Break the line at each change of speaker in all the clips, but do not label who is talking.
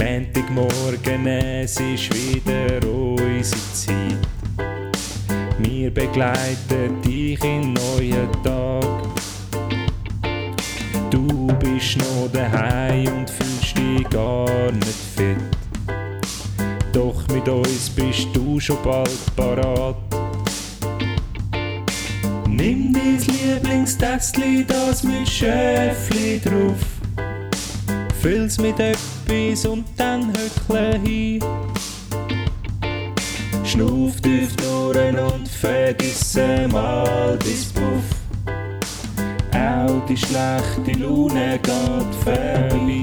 Montagmorgen, es ist wieder unsere Zeit. Wir begleiten dich in neuen Tag. Du bist noch daheim und fühlst dich gar nicht fit. Doch mit uns bist du schon bald parat. Nimm dein Lieblingstässchen, das mit Schäfli drauf. Füll's mit etwas und dann höckle hin. Schnuff tief durch und vergiss mal bis Puff. Auch die schlechte Laune geht vorbei.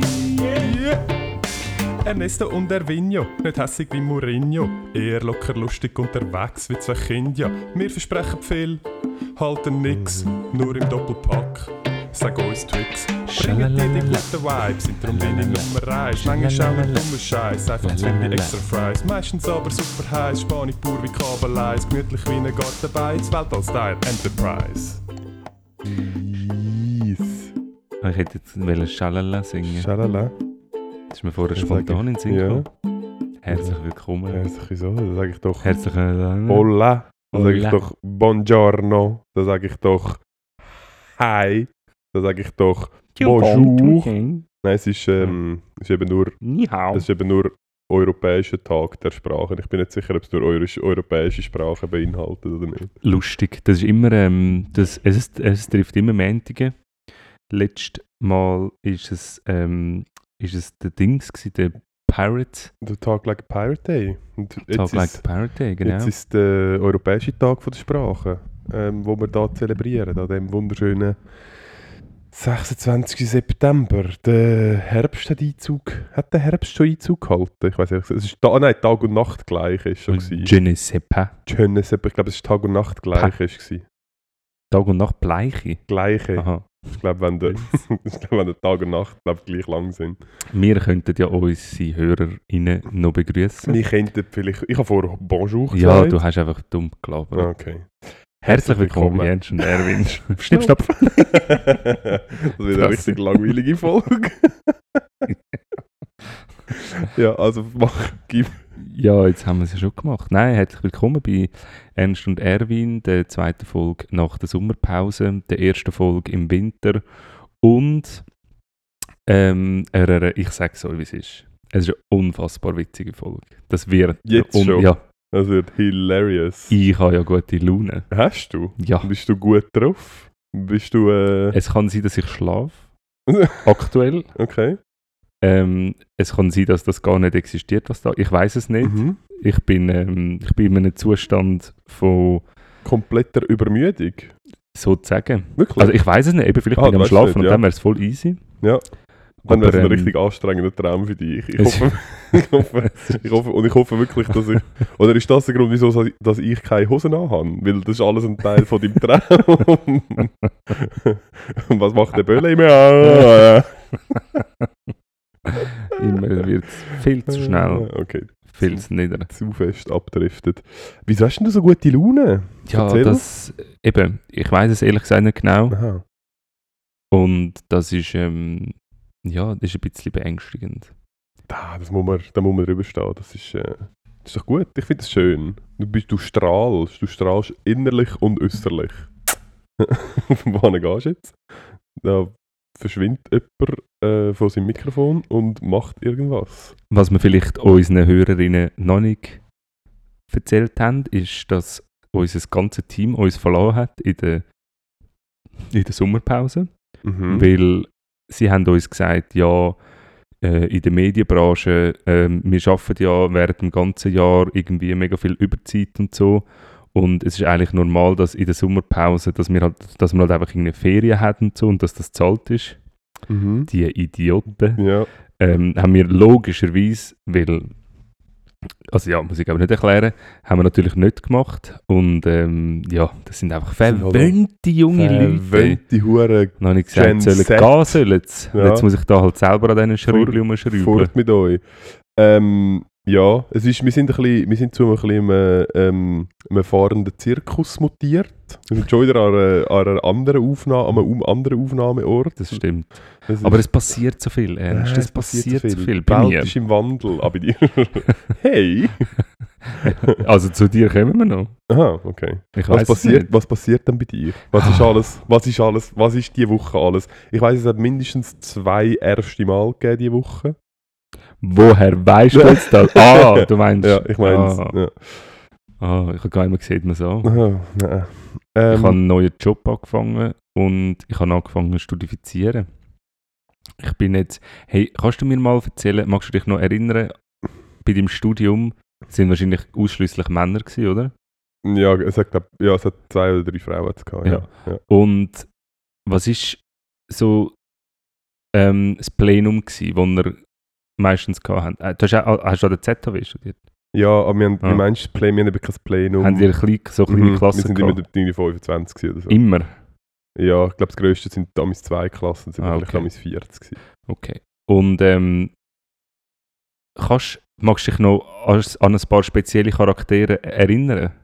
Ernesto und Ervinho, nicht hässig wie Mourinho. Eher locker lustig unterwegs wie zwei Kinder. Wir versprechen viel, halten nix, nur im Doppelpack. Sag uns Tricks, bringen dir die guten Vibes, sind darum deine Nummer 1. Manchmal ist auch ein dummer Scheiß, einfach zu die extra Fries. Meistens aber super heiß, Spanisch pur wie Kabeleis, gemütlich wie ein Gartenbeiz, Weltall-Style Enterprise.
Yes. Ich hätte jetzt Schalala singen.
Schalala.
Das ist mir vorher spontan in den Sinn gekommen. Herzlich willkommen.
Herzlich wieso? Da sage ich doch
Herzlich willkommen.
Hola. Da sage ich doch Buongiorno. Da sage ich doch Hi. Da sage ich doch Bonjour. Nein, es ist eben nur
Ni hao.
es ist eben nur europäischer Tag der Sprachen. Ich bin nicht sicher, ob es nur europäische Sprachen beinhaltet oder nicht.
Lustig. Das ist immer, es trifft immer Montage. Letztes Mal ist es der Dings gewesen, der Pirate.
Der Tag like a Pirate Day. Und
Tag like the Pirate Day, genau.
Jetzt ist der europäische Tag der Sprachen, wo wir hier zelebrieren, an dem wunderschönen 26. September. Der Herbst hat der Herbst schon Einzug gehalten? Ich weiß nicht, es ist Tag und Nacht gleich ist schon gewesen.
Je ne sais pas.
Ich glaube, es ist Tag und Nacht gleich gewesen.
Tag und Nacht Bleiche.
Gleiche.
Aha.
Ich glaube, wenn der Tag und Nacht gleich lang sind.
Wir könnten ja unsere HörerInnen noch begrüßen.
Ich habe vorher Bonjour gesagt.
Ja, du hast einfach dumm gelabert.
Okay.
Herzlich willkommen, Jens und Erwin. Schnipp, stopp.
Das wird eine richtig langweilige Folge. Ja, also gib.
Ja, jetzt haben wir es ja schon gemacht. Nein, herzlich willkommen bei Ernst und Erwin, der zweiten Folge nach der Sommerpause, der ersten Folge im Winter und ich sage es euch, wie es ist. Es ist eine unfassbar witzige Folge. Das wird
Jetzt schon?
Ja.
Das wird hilarious.
Ich habe ja gute Laune.
Hast du?
Ja.
Bist du gut drauf? Bist du...
Es kann sein, dass ich schlafe. Aktuell.
Okay.
Es kann sein, dass das gar nicht existiert, was da... Ich weiß es nicht.
Mhm.
Ich bin in einem Zustand von...
Kompletter Übermüdung?
Sozusagen.
Wirklich?
Also ich weiß es nicht. Eben, vielleicht bin ich am Schlafen und dann wäre es voll easy.
Ja. Dann wäre es ein
Aber,
richtig anstrengender Traum für dich. Ich hoffe wirklich, dass ich... Oder ist das der Grund, wieso dass ich keine Hosen anhabe? Weil das ist alles ein Teil von deinem Traum. Und was macht der Bölle immer?
Immer wird es viel zu schnell,
Okay.
viel zu nieder.
Zu fest abdriftet. Wieso hast denn du so gute Laune?
Ja,
Erzähl.
das... Eben, ich weiß es ehrlich gesagt nicht genau.
Aha.
Und das ist... ja, das ist ein bisschen beängstigend.
Da muss man drüber stehen. Das ist doch gut. Ich finde es schön. Du strahlst innerlich und äußerlich. Wohin gehst du jetzt? Da verschwindet jemand von seinem Mikrofon und macht irgendwas.
Was wir vielleicht unseren Hörerinnen noch nicht erzählt haben, ist, dass unser ganzes Team uns verloren hat in der Sommerpause.
Mhm.
Weil sie haben uns gesagt, ja, in der Medienbranche, wir arbeiten ja während dem ganzen Jahr irgendwie mega viel Überzeit und so. Und es ist eigentlich normal, dass in der Sommerpause, dass man halt einfach eine Ferien hat und so und dass das bezahlt ist.
Mhm.
Die Idioten.
Ja.
Haben wir logischerweise, weil, also ja, muss ich aber nicht erklären, haben wir natürlich nicht gemacht. Und ja, das sind einfach verwöhnte junge Leute.
Verwöhnte Hure.
Dann habe ich gesagt,
Gen
sollen
Z.
gehen sollen.
Ja.
Jetzt muss ich da halt selber an diesen Schrauben rumschrauben.
Fort mit euch. Ja, wir sind zu einem fahrenden Zirkus mutiert. Wir sind schon wieder an einer anderen Aufnahme, an einem anderen Aufnahmeort.
Das stimmt. Aber es passiert so viel, Ernst. Es passiert so viel.
Die
Bei
Welt
mir.
ist im Wandel. Aber bei dir? Hey!
Also zu dir kommen wir noch.
Aha, okay.
Ich weiss es nicht.
Was passiert denn bei dir? Was ist diese Woche alles? Ich weiss, es hat mindestens 2 erste Mal gegeben diese Woche.
Woher weißt du jetzt das? Ah, du meinst...
Ja, ich meine
Ah,
ja.
ich habe gar nicht mehr gesehen, man so.
Aha, nein.
Ich habe einen neuen Job angefangen und ich habe angefangen zu studifizieren. Ich bin jetzt... Hey, kannst du mir mal erzählen, magst du dich noch erinnern, bei deinem Studium sind wahrscheinlich ausschließlich Männer gewesen, oder?
Ja, es hat 2 oder 3 Frauen gehabt.
Ja.
Ja.
Und was ist so das Plenum gewesen, das ihr meistens gehabt habt? Hast du an der ZHW studiert?
Ja, aber wie meinst du, wir haben eben kein Plenum.
Haben ihr so kleine Klassen
Wir sind
gehabt?
immer 25 gewesen oder so.
Immer?
Ja, ich glaube, das Grösste sind damals 2 Klassen, das sind vielleicht
okay.
damals 40 gewesen.
Okay. Und magst du dich noch an ein paar spezielle Charaktere erinnern?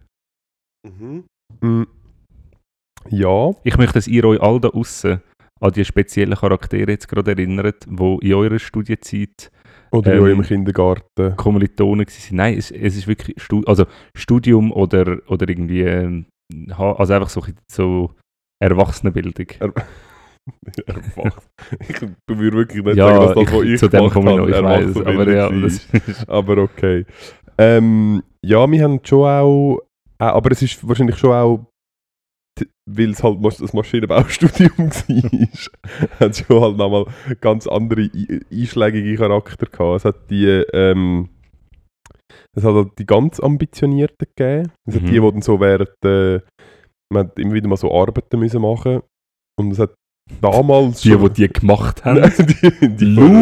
Ja.
Ich möchte, dass ihr euch alle da aussen an die speziellen Charaktere jetzt gerade erinnert, die in eurer Studienzeit
Oder in eurem Kindergarten.
Kommilitonen waren. Nein, es ist wirklich Studium oder irgendwie also einfach so Erwachsenenbildung.
Ich würde wirklich nicht
Ja,
sagen, dass das, was ich
zu dem
gemacht
komme ich noch,
habe,
ich weiss, aber ja,
Erwachsenenbildung war. Aber okay. Ja, wir haben schon auch... aber es ist wahrscheinlich schon auch... Weil es halt das Maschinenbaustudium war, hat es schon halt nochmal ganz andere einschlägige Charakter gehabt. Es hat halt die ganz Ambitionierten gegeben. Es hat die dann so während... man hat immer wieder mal so Arbeiten müssen machen. Und es hat damals
die gemacht haben.
die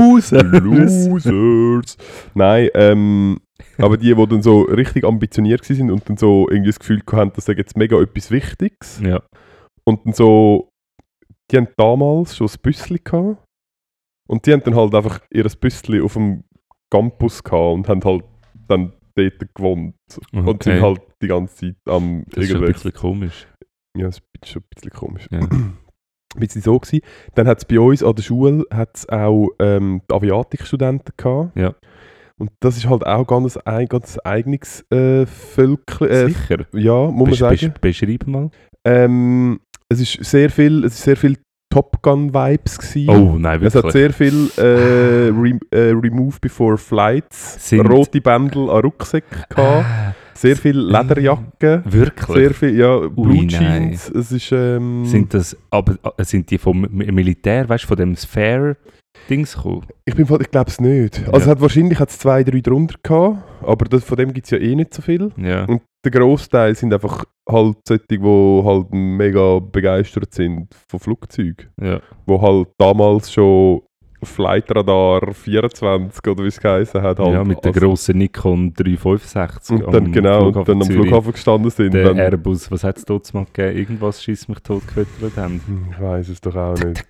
Losers.
Nein, aber die dann so richtig ambitioniert waren und dann so irgendwie das Gefühl hatten, das sei jetzt mega etwas Wichtiges.
Ja.
Und dann so, die haben damals schon ein Büssli gehabt. Und die haben dann halt einfach ihr Büssli auf dem Campus gehabt und haben halt dann dort gewohnt.
Okay.
Und sind halt die ganze Zeit am...
Das ist schon ein bisschen komisch.
Ja, das ist schon ein bisschen komisch.
Ja.
Ein bisschen so gewesen. Dann hat es bei uns an der Schule hat's auch die Aviatikstudenten gehabt.
Ja.
Und das ist halt auch ganz eigenes Völkchen.
Sicher?
Ja, muss man sagen.
Beschreib mal.
Es ist sehr viel Top Gun Vibes gewesen.
Oh nein, wirklich?
Es hat sehr viel Remove Before Flights, rote Bändel an Rucksäcken gehabt. Sehr viel Lederjacken.
Wirklich?
Sehr viel, ja, Blue Jeans. Es ist,
sind die vom Militär, weißt du, von dem Sphere-Dings gekommen?
Ich glaube es nicht. Also wahrscheinlich hat es 2, 3 drunter gehabt, aber von dem gibt es ja eh nicht so viel.
Ja.
Und der Großteil sind einfach halt solche, die halt mega begeistert sind von Flugzeugen.
Ja.
Wo halt damals schon Flightradar 24 oder wie es geheißen hat. Halt
ja, mit der grossen Nikon 365
und dann am Flughafen gestanden sind.
Der Airbus, was hat es dort mal gegeben? Irgendwas schiss mich tot gefüttert haben.
Ich weiss es doch auch nicht.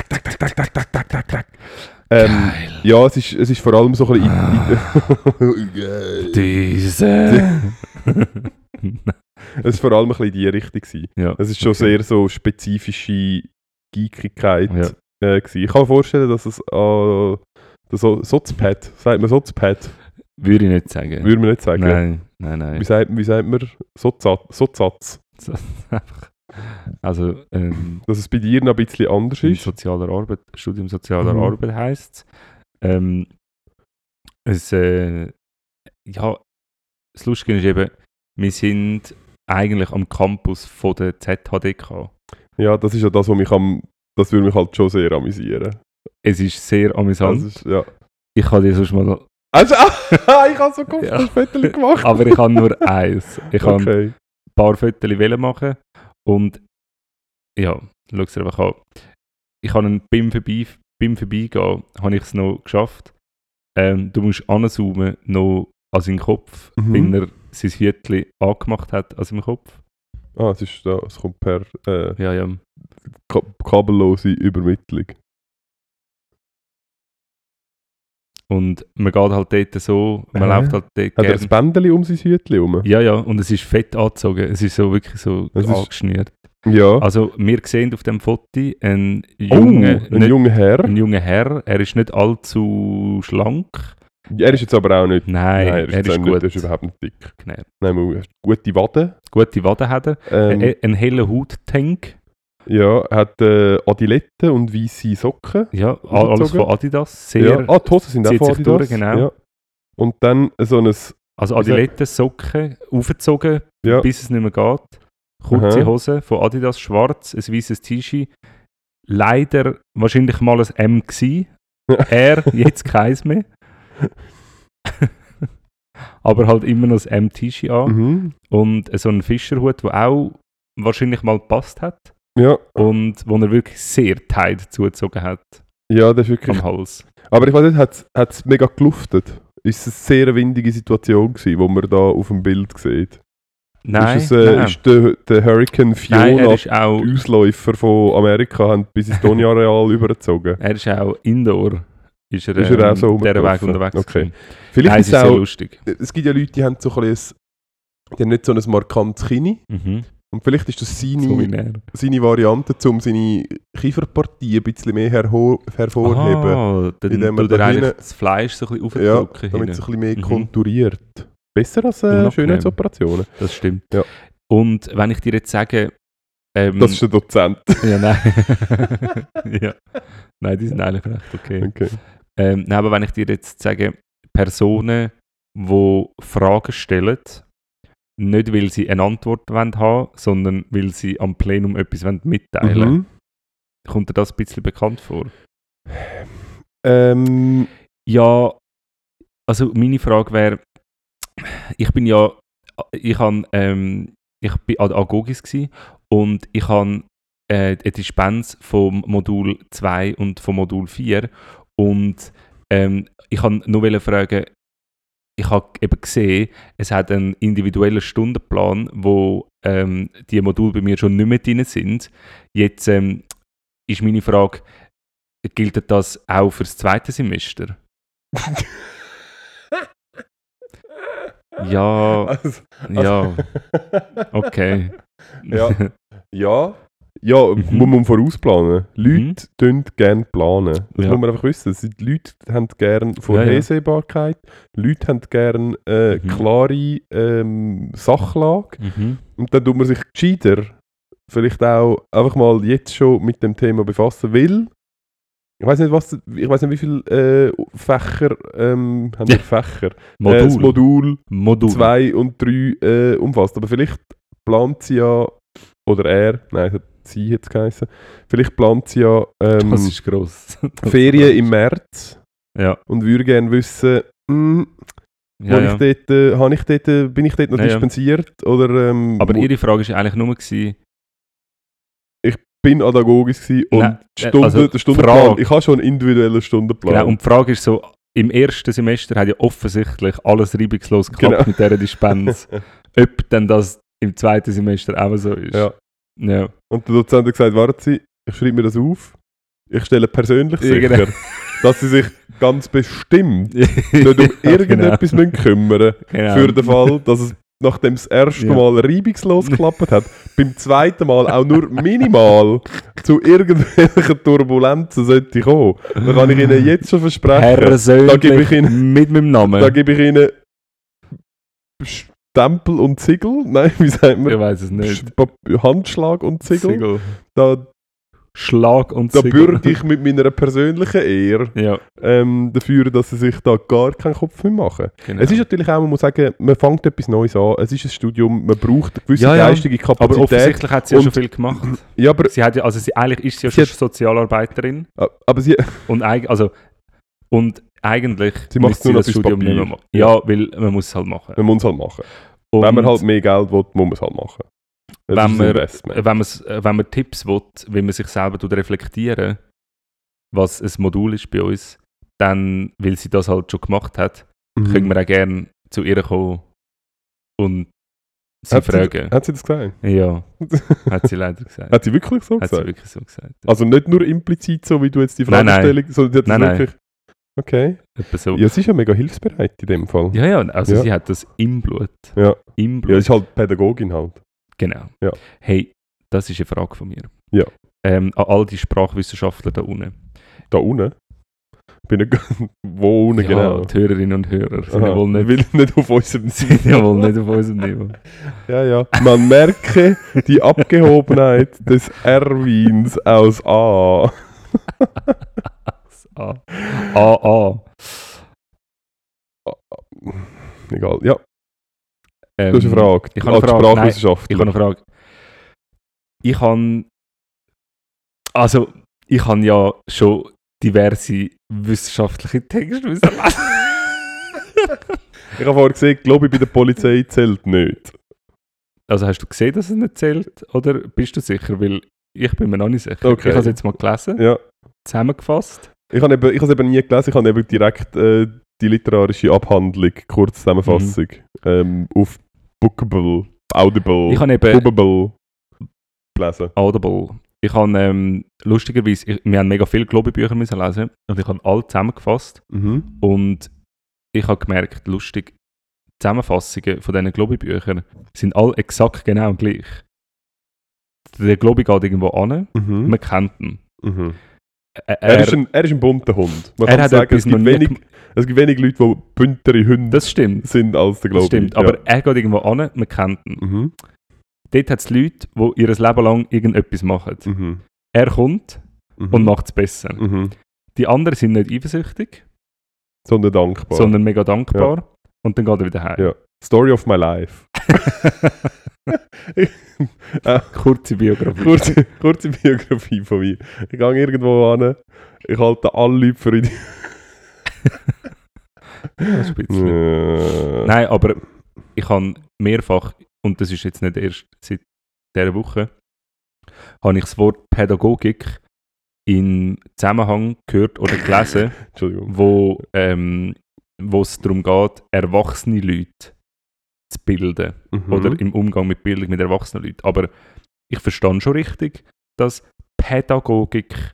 Ja, es ist vor allem so ein bisschen...
Diese...
Es war vor allem ein bisschen in die Richtung gewesen.
Ja,
es ist schon sehr so spezifische Geekigkeit gewesen. Ich kann mir vorstellen, dass es Sozpad, sagt man Sozpad?
Würde ich nicht sagen.
Würde man nicht sagen?
Nein.
Wie sagt man Sozsatz?
Also,
dass es bei dir noch ein bisschen anders ist?
Studium sozialer Arbeit heisst es. Ja, das Lustige ist eben, wir sind eigentlich am Campus von der ZHDK.
Ja, das ist ja das, das würde mich halt schon sehr amüsieren.
Es ist sehr amüsant.
Ja.
Ich habe dir sonst mal...
Also, ich habe so Kopffotos gemacht.
Aber ich habe nur eins. Ich habe
ein
paar Fotos machen und ja, schau es dir einfach an. Ich habe beim Vorbeigehen habe ich es noch geschafft. Du musst anzoomen, noch an seinen Kopf, wenn er sein Hütchen angemacht hat an seinem Kopf.
Ah, es kommt per
ja.
kabellose Übermittlung.
Und man geht halt dort so, man läuft halt dort
Hat er ein Bändeli um sein Hütchen herum?
Ja, und es ist fett angezogen. Es ist so wirklich so angeschnürt.
Ja.
Also wir sehen auf dem Foto einen
ein junger Herr.
Ein junger Herr. Er ist nicht allzu schlank.
Er ist jetzt aber auch nicht...
Nein, er ist gut.
Er ist überhaupt nicht dick.
Genau.
Nein, gute Waden.
Gute Waden hat er. Einen hellen Hauttank.
Ja, er hat Adiletten und weisse Socken.
Ja, alles von Adidas. Sehr,
ja. Die Hosen sind auch von Adidas.
Durch, genau.
Ja. Und dann so ein...
Also Adiletten, Socken, aufgezogen, bis es nicht mehr geht. Kurze Hose von Adidas, schwarz, ein weißes T-Shirt. Leider wahrscheinlich mal ein M gewesen. Er, jetzt keins mehr. Aber halt immer noch ein M-T-Shirt an. Und so einen Fischerhut, der auch wahrscheinlich mal gepasst hat.
Ja.
Und wo er wirklich sehr tight zugezogen hat.
Ja, das ist wirklich...
Am Hals.
Aber ich weiß nicht, hat es mega geluftet? Ist es eine sehr windige Situation gewesen, die man da auf dem Bild sieht?
Nein,
ist der Hurricane Fiona,
die
Ausläufer von Amerika, haben bis ins Toni-Areal übergezogen?
Er ist auch Indoor. Ist er
auch so
dieser Weg unterwegs?
Okay. Vielleicht
Nein,
ist es auch
sehr lustig.
Es gibt ja Leute, die haben so ein bisschen, die haben nicht so ein markantes Kinn. Und vielleicht ist das seine Variante, um seine Kieferpartie ein bisschen mehr hervorheben.
Dann tut er eigentlich das Fleisch so ein bisschen aufdrücken.
Ja, damit es ein bisschen mehr konturiert. Besser als Schönheitsoperationen.
Das stimmt.
Ja.
Und wenn ich dir jetzt sage...
das ist der Dozent.
Ja, nein. Ja. Nein, die sind eigentlich recht okay. Nein, aber wenn ich dir jetzt sage, Personen, die Fragen stellen, nicht weil sie eine Antwort haben wollen, sondern weil sie am Plenum etwas mitteilen wollen. Kommt dir das ein bisschen bekannt vor? Ja, also meine Frage wäre, ich bin Agogis gsi und ich habe eine Dispense vom Modul 2 und vom Modul 4 und ich wollte nur fragen, ich habe eben gesehen, es hat einen individuellen Stundenplan, wo die Module bei mir schon nicht mehr drin sind. Jetzt ist meine Frage, gilt das auch für das zweite Semester? Ja, ja, okay.
Ja, muss man vorausplanen. Leute tun gerne planen. Das muss man einfach wissen. Die Leute haben gerne Vorhersehbarkeit. Leute haben gerne klare Sachlage. Und dann tut man sich gescheiter vielleicht auch einfach mal jetzt schon mit dem Thema befassen, weil ich weiß nicht, wie viele Fächer haben wir Fächer? Das Modul 2 und 3 umfasst. Aber vielleicht plant sie ja, oder er, nein, hat sie jetzt geheißen, vielleicht plant sie ja
das ist gross.
Ferien im März und würde gerne wissen, bin ich dort noch dispensiert? Oder,
aber ihre Frage war eigentlich nur,
ich bin Adagogisch gewesen und der Stundenplan, ich habe schon einen individuellen Stundenplan.
Genau, und die Frage ist so, im ersten Semester hat ja offensichtlich alles reibungslos geklappt mit dieser Dispense. Ob denn das im zweiten Semester auch so ist.
Ja. Und der Dozent hat gesagt, warten Sie, ich schreibe mir das auf, ich stelle persönlich sicher, dass Sie sich ganz bestimmt nicht um irgendetwas kümmern müssen, für den Fall, dass es nachdem es das erste Mal reibungslos geklappt hat, beim zweiten Mal auch nur minimal zu irgendwelchen Turbulenzen sollte kommen. Da kann ich Ihnen jetzt schon versprechen, da gebe ich Ihnen,
mit meinem Namen.
Da gebe ich Ihnen Stempel und Ziegel. Nein, wie sagt man?
Ich weiß es nicht.
Handschlag und Ziegel.
Schlag und
Ziegel. Da bürge ich mit meiner persönlichen Ehre dafür, dass sie sich da gar keinen Kopf mehr machen. Genau. Es ist natürlich auch, man muss sagen, man fängt etwas Neues an. Es ist ein Studium, man braucht eine gewisse geistige Kapazität.
Aber offensichtlich hat sie ja schon viel gemacht.
Ja, aber
eigentlich ist sie ja schon Sozialarbeiterin.
Aber sie...
Und eigentlich
sie macht nur
das Studium nicht mehr machen. Ja, weil man muss es halt machen.
Man muss es halt machen. Und wenn man halt mehr Geld will, muss man es halt machen.
Wenn man Tipps will, wie man sich selber reflektieren, was ein Modul ist bei uns, dann, weil sie das halt schon gemacht hat, können wir auch gerne zu ihr kommen und sie fragen.
Hat sie das gesagt?
Ja, hat sie leider gesagt.
Hat sie wirklich so gesagt?
Hat sie wirklich so gesagt.
Also nicht nur implizit, so wie du jetzt die Fragestellung, sondern sie hat das wirklich... Okay.
Etwa so.
Ja, sie ist ja mega hilfsbereit in dem Fall.
Ja, also
Ja.
sie hat das im Blut.
Ja.
Im
Ja,
Blut.
das ist halt Pädagogin halt.
Genau.
Ja.
Hey, das ist eine Frage von mir.
Ja.
An all die Sprachwissenschaftler da unten.
Da unten? Bin ich wo unten
Ja,
genau?
die Hörerinnen und Hörer sind ja
Aha,
wohl nicht,
will nicht auf unserem
sind ja wohl nicht auf unserem Niveau.
Ja. Man merke die Abgehobenheit des Erwins aus A.
A.
Egal, ja.
Ähm,
Du hast eine Frage.
Ich habe eine
Als
Frage.
Sprachwissenschaftler.
Ich habe eine Frage. Ich habe ja schon diverse wissenschaftliche Texte müssen lesen.
Ich habe vorher gesehen, glaube ich, bei der Polizei zählt nicht.
Also hast du gesehen, dass es nicht zählt? Oder bist du sicher? Weil ich bin mir noch nicht sicher.
Okay.
Ich habe es jetzt mal gelesen,
Ja.
zusammengefasst.
Ich habe es eben nie gelesen, ich habe eben direkt die literarische Abhandlung, Kurzzusammenfassung, auf Bookable, Audible,
Ich habe eben
Bookable gelesen.
Audible. Ich habe lustigerweise, wir haben mega viele Globebücher müssen lesen und ich habe alle zusammengefasst
Mhm.
und ich habe gemerkt, lustig, die Zusammenfassungen von diesen Globebüchern sind alle exakt genau gleich. Der Globi geht irgendwo an,
Mhm.
man kennt ihn.
Mhm. Er ist ein bunter Hund. Man kann
hat
sagen,
etwas noch nie
es gibt wenig Leute, die buntere Hunde
Das stimmt,
sind als der
das
Globi.
stimmt. Aber er geht irgendwo an, man kennt ihn.
Mhm.
Dort hat es Leute, die ihr Leben lang irgendetwas machen.
Mhm.
Er kommt
Mhm.
und macht es besser.
Mhm.
Die anderen sind nicht eifersüchtig,
Sondern dankbar.
sondern mega dankbar. Und dann geht er wieder heim.
Ja. Story of my life.
Kurze Biografie.
Kurze Biografie von mir. Ich gehe irgendwo hin, ich halte alle Leute für Idioten.
Ja, ein bisschen. Nein, aber ich habe mehrfach, und das ist jetzt nicht erst seit dieser Woche, habe ich das Wort Pädagogik in Zusammenhang gehört oder gelesen,
Entschuldigung.
wo es darum geht, erwachsene Leute zu bilden.
Mhm.
Oder im Umgang mit Bildung mit erwachsenen Leuten. Aber ich verstehe schon richtig, dass Pädagogik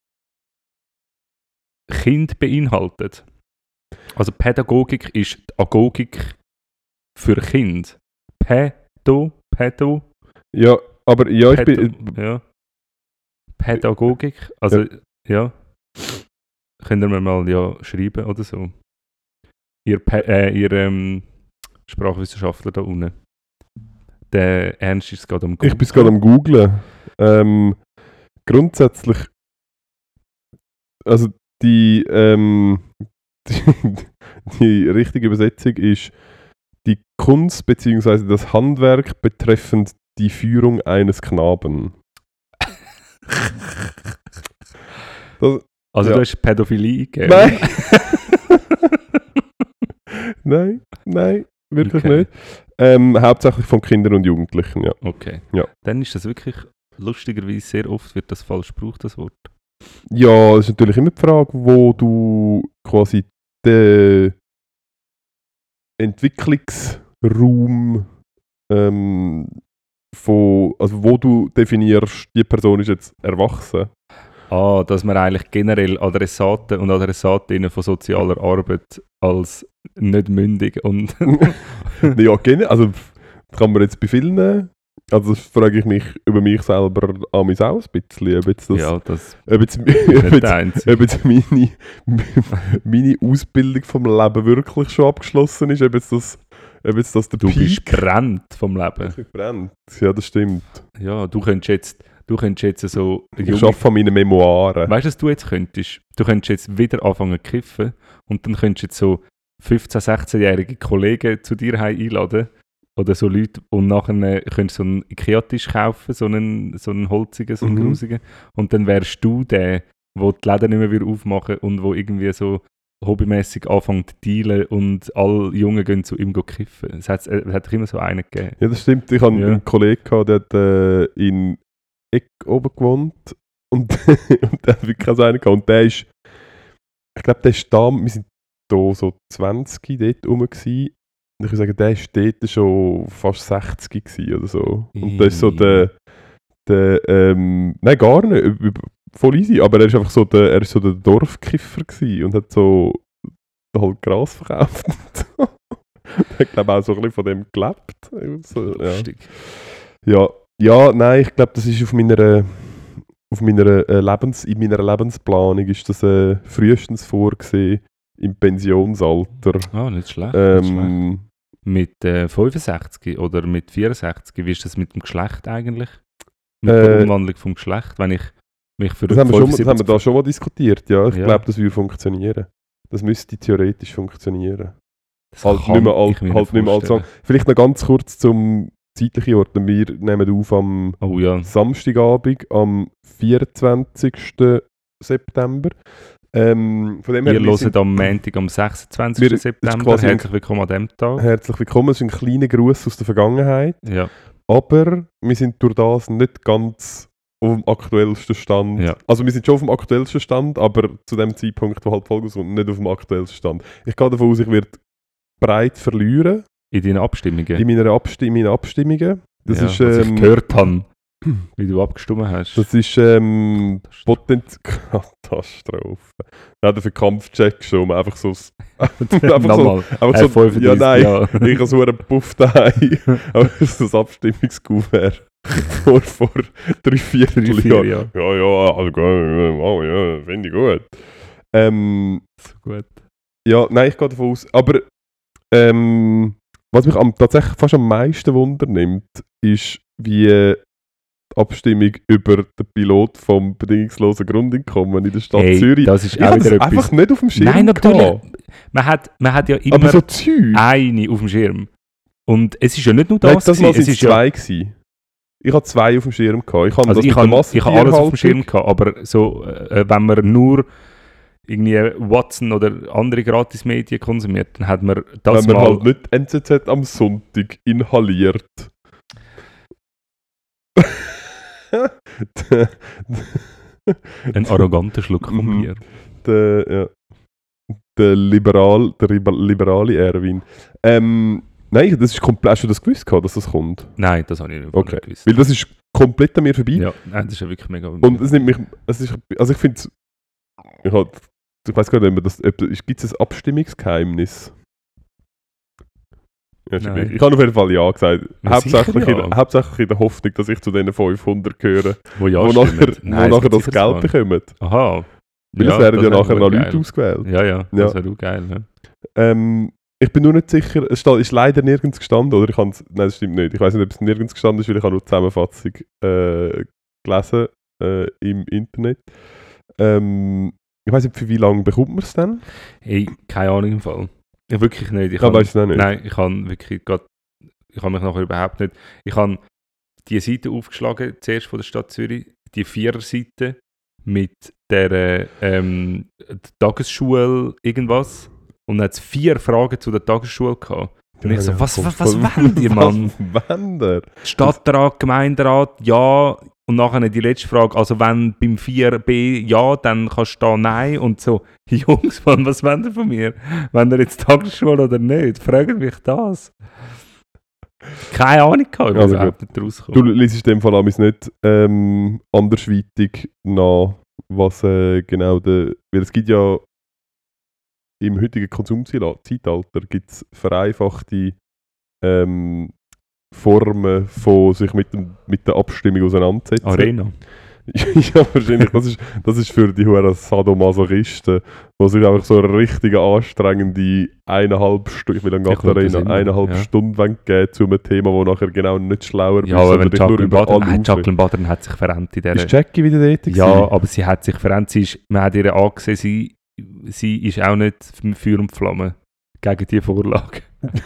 Kind beinhaltet. Also Pädagogik ist die Agogik für Kind. Pädo.
Ja, aber ja, ich bin.
Ja. Pädagogik, also ja. Könnt ihr mir mal ja schreiben oder so. Ihr Sprachwissenschaftler da unten. Der Ernst ist gerade am
Ich bin gerade am Googlen. Grundsätzlich. Also die richtige Übersetzung ist die Kunst bzw. das Handwerk betreffend die Führung eines Knaben.
Also
ja.
du hast Pädophilie gegeben?
Nein. Nein, wirklich
Okay.
nicht. Hauptsächlich von Kindern und Jugendlichen, ja.
Okay.
Ja.
Dann ist das wirklich, lustigerweise sehr oft wird das falsch gebraucht, das Wort.
Ja, es ist natürlich immer die Frage, wo du quasi den Entwicklungsraum also wo du definierst, die Person ist jetzt erwachsen.
Dass man eigentlich generell Adressaten und Adressatinnen von sozialer Arbeit als nicht mündig und
Ja, also das kann man jetzt bei vielen. Also das frage ich mich über mich selber an mich auch ein bisschen, ob jetzt das,
ja, das
ob jetzt,
ist nicht
ob
der
jetzt,
Einzige.
ob jetzt meine Ausbildung vom Leben wirklich schon abgeschlossen ist, ob jetzt das der
Du bist
Peak
brennt vom Leben.
Ich bin brennt. Ja, das stimmt.
Ja, du könntest jetzt so
Ich arbeite an meinen Memoiren.
Weißt du, was du jetzt könntest? Du könntest jetzt wieder anfangen zu kiffen und dann könntest du jetzt so 15-, 16-jährige Kollegen zu dir heim einladen oder so Leute und nachher könntest du so einen Ikea-Tisch kaufen, so einen holzigen, so einen grusigen und dann wärst du der die Läden nicht mehr wieder aufmachen und wo irgendwie so hobbymäßig anfängt zu dealen und alle Jungen gehen zu ihm kiffen. Es hat doch immer so einen gegeben.
Ja, das stimmt. Ich hatte
Ja.
einen Kollegen, der hat in Eck oben gewohnt und der hat wirklich so einen gehabt. Und der ist, ich glaube, der ist da, wir sind da so 20 dort rum gewesen. Und ich würde sagen, der ist dort schon fast 60 gewesen oder so. Und das ist so der Nein, gar nicht. Voll easy. Aber er ist einfach so der Dorfkiffer gewesen und hat so halt Gras verkauft. Ich glaube auch so ein bisschen von dem gelebt. So, ja.
Lustig.
Ja, nein, ich glaube, das ist in meiner Lebensplanung ist das frühestens vorgesehen im Pensionsalter.
Ah, nicht schlecht. Nicht schlecht. Mit 65 oder mit 64, wie ist das mit dem Geschlecht eigentlich? Mit der Umwandlung vom Geschlecht, wenn ich mich für
das haben wir da schon mal diskutiert, ja. Ich glaube, das würde funktionieren. Das müsste theoretisch funktionieren. Halt nicht mehr alt sagen. Vielleicht noch ganz kurz zum zeitlichen Ort. Wir nehmen auf am Samstagabend, am 24. September. Von dem
wir hören am Montag, am 26. September. Herzlich willkommen an diesem Tag.
Herzlich willkommen. Es ist ein kleiner Gruß aus der Vergangenheit.
Ja.
Aber wir sind durch das nicht ganz auf dem aktuellsten Stand. Ja. Also wir sind schon auf dem aktuellsten Stand, aber zu dem Zeitpunkt, wo halt die Folge kommt, nicht auf dem aktuellsten Stand. Ich gehe davon aus, ich werde breit verlieren.
In deinen Abstimmungen?
In meinen Abstimmungen. Das ist,
was ich gehört habe, wie du abgestimmt hast.
Das ist Katastrophe. Nein, für Kampfcheck schon. Einfach so... einfach so ja, nein. Ja. Ich habe so einen Puff daheim. Aber so ein Abstimmungskuvert. vor 3-4 Jahren. Ja, also finde ich gut.
So gut.
Ja, nein, ich gehe davon aus. Aber was mich tatsächlich fast am meisten wundernimmt, ist, wie die Abstimmung über den Pilot vom bedingungslosen Grundeinkommen in der Stadt Zürich.
Das ist auch wieder etwas.
Einfach nicht auf dem Schirm.
Nein, natürlich. Man hat ja immer
so
eine auf dem Schirm. Und es ist ja nicht nur das.
Nein, das waren es zwei gewesen. Ich hatte 2 auf dem Schirm gehabt. Ich habe
alles auf dem Schirm gehabt, aber so, wenn man nur irgendwie Watson oder andere Gratismedien konsumiert, dann hat man das
wenn man halt nicht NZZ am Sonntag inhaliert.
Ein arroganter Schluck von Bier.
Der liberale Erwin. Nein, das ist komplett. Hast du das gewusst, dass das kommt?
Nein, das habe ich nicht gewusst.
Weil das ist komplett an mir vorbei.
Ja, nein, das ist ja wirklich mega.
Und es nimmt mich. Also ich finde ich weiß gar nicht, gibt es ein Abstimmungsgeheimnis? Ja, ich habe auf jeden Fall ja gesagt. Hauptsächlich in der Hoffnung, dass ich zu diesen 500 gehöre, wo nachher das Geld bekommen.
Aha.
Weil es werden ja nachher noch Leute ausgewählt.
Ja, das wäre auch geil. Ne?
Ich bin nur nicht sicher, es ist leider nirgends gestanden, oder nein, das stimmt nicht. Ich weiß nicht, ob es nirgends gestanden ist, weil ich habe nur die Zusammenfassung gelesen im Internet. Ich weiß nicht, für wie lange bekommt man es dann?
Hey, keine Ahnung im Fall. Ich wirklich nicht.
Weißt du auch nicht?
Nein, ich habe mich nachher überhaupt nicht. Ich habe die Seite aufgeschlagen, zuerst von der Stadt Zürich, die 4er-Seite mit der Tagesschule irgendwas. Und dann hat es 4 Fragen zu der Tagesschule gehabt. Und ich so, was wollt ihr, Mann?
Was wollt ihr?
Stadtrat, Gemeinderat, ja. Und nachher die letzte Frage, also wenn beim 4b ja, dann kannst du da nein. Und so, Jungs, Mann, was wollt ihr von mir? Wenn ihr jetzt Tagesschule oder nicht? Fragt mich das. Keine Ahnung, ich bin überhaupt nicht rausgekommen.
Du liest in dem Fall nicht andersweitig nach, was genau weil es gibt ja im heutigen Konsumzeitalter gibt es vereinfachte Formen von sich mit der Abstimmung auseinandersetzen.
Arena.
Ja, wahrscheinlich. Das ist für die huren Sadomasochisten, die sich einfach so eine richtige anstrengende 1,5 Stunde, ich will dann gerade Arena, 1,5 Stunden geben zu einem Thema, wo nachher genau nicht schlauer
ist. Ja, aber wenn Jacqueline Badern hat sich verrennt in der...
Ist Jackie wieder dort gewesen?
Ja, aber sie hat sich verrennt. Man hat ihr angesehen, sie ist auch nicht Feuer und Flamme gegen diese Vorlage.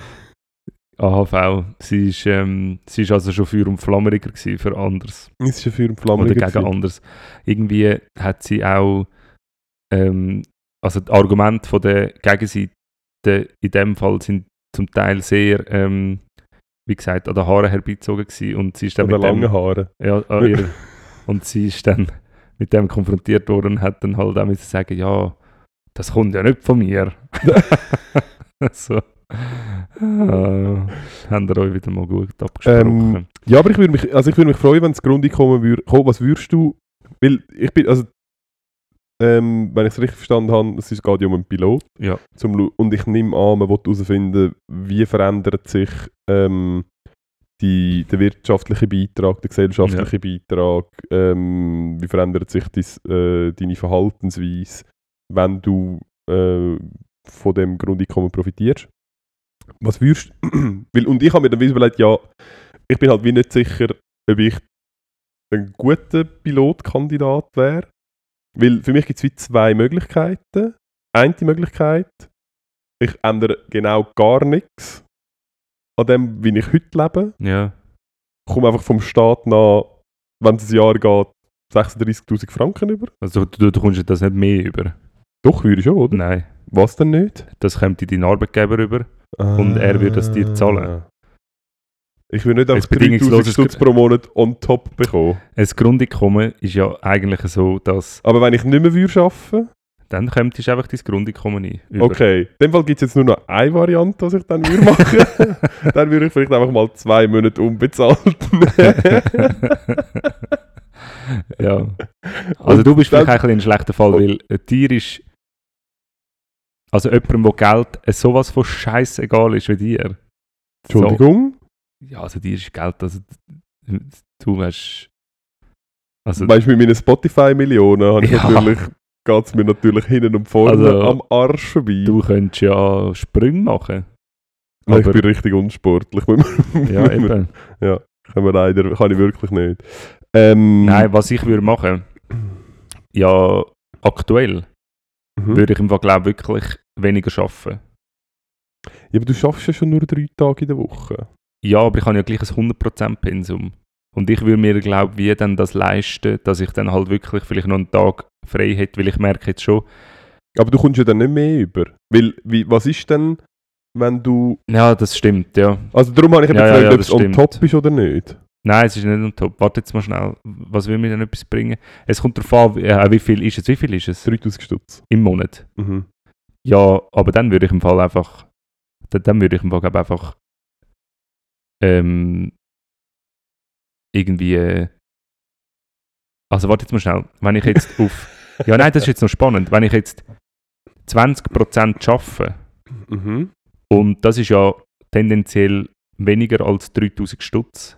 AHV. Sie ist also schon Feuer und Flammeriger gewesen für anders.
Ist schon Feuer und Flammeriger
oder gegen anders. Irgendwie hat sie auch also die Argumente von der Gegenseite in dem Fall sind zum Teil sehr wie gesagt an den Haaren herbeizogen gewesen. Und sie ist dann
mit langen Haaren.
Ja, und sie ist dann mit dem konfrontiert worden und hat dann halt auch müssen sagen, ja, das kommt ja nicht von mir. So. Habt ihr euch wieder mal gut abgesprochen?
Ja, aber ich würde mich freuen, wenn das Grundeinkommen würde. Was würdest du? Weil ich bin, also wenn ich es richtig verstanden habe, es geht ja um einen Pilot.
Ja.
Und ich nehme an, man will herausfinden, wie verändert sich der wirtschaftliche Beitrag, der gesellschaftliche Beitrag, wie verändert sich deine Verhaltensweise, wenn du von dem Grundeinkommen profitierst. Was würdest du? Und ich habe mir dann überlegt, ja, ich bin halt wie nicht sicher, ob ich ein guter Pilotkandidat wäre. Weil für mich gibt es wie zwei Möglichkeiten. Eine Möglichkeit, ich ändere genau gar nichts an dem, wie ich heute lebe.
Ja.
Ich komme einfach vom Staat nach, wenn es ein Jahr geht, 36'000 Franken über.
Also du kommst das nicht mehr über?
Doch, würde ich schon, oder?
Nein.
Was denn nicht?
Das kommt dein Arbeitgeber über und er würde es dir zahlen.
Ich will nicht einfach 3'000 Stutz pro Monat on top bekommen.
Ein Grundeinkommen ist ja eigentlich so, dass...
Aber wenn ich nicht mehr arbeiten würde?
Dann kommt einfach dein Grundeinkommen ein.
Okay, in dem Fall gibt es jetzt nur noch eine Variante, was ich dann machen würde. Dann würde ich vielleicht einfach mal 2 Monate unbezahlt
Ja. Also du bist vielleicht ein schlechter Fall, weil dir ist... Also jemandem, wo Geld sowas von scheissegal ist wie dir.
Entschuldigung?
So, ja, also dir ist Geld, also du hast... Also,
weißt du, mit meinen Spotify-Millionen geht es mir natürlich hinten und vorne am Arsch vorbei.
Du könntest ja Sprünge machen.
Ich bin richtig unsportlich.
Ja, eben.
Ja, kann ich wirklich nicht.
Nein, was ich würde machen, ja, aktuell würde ich im Fall, glaube wirklich weniger arbeiten.
Ja, aber du schaffst ja schon nur 3 Tage in der Woche.
Ja, aber ich habe ja gleich ein 100%-Pensum. Und ich würde mir, glaube ich, wie dann das leisten, dass ich dann halt wirklich vielleicht noch einen Tag frei hätte, weil ich merke jetzt schon...
Aber du kommst ja dann nicht mehr über. Weil, was ist denn, wenn du...
Ja, das stimmt, ja.
Also darum habe ich gefragt, ob es on top ist oder nicht.
Nein, es ist nicht on top. Warte jetzt mal schnell, was will mir denn etwas bringen? Es kommt darauf an, wie viel ist es?
3'000 Stutz.
Im Monat?
Mhm.
Ja, aber dann würde ich im Fall einfach... Dann würde ich im Fall einfach... irgendwie... Also warte jetzt mal schnell. Wenn ich jetzt auf... Ja, nein, das ist jetzt noch spannend. Wenn ich jetzt 20% arbeite, und das ist ja tendenziell weniger als 3'000 Stutz,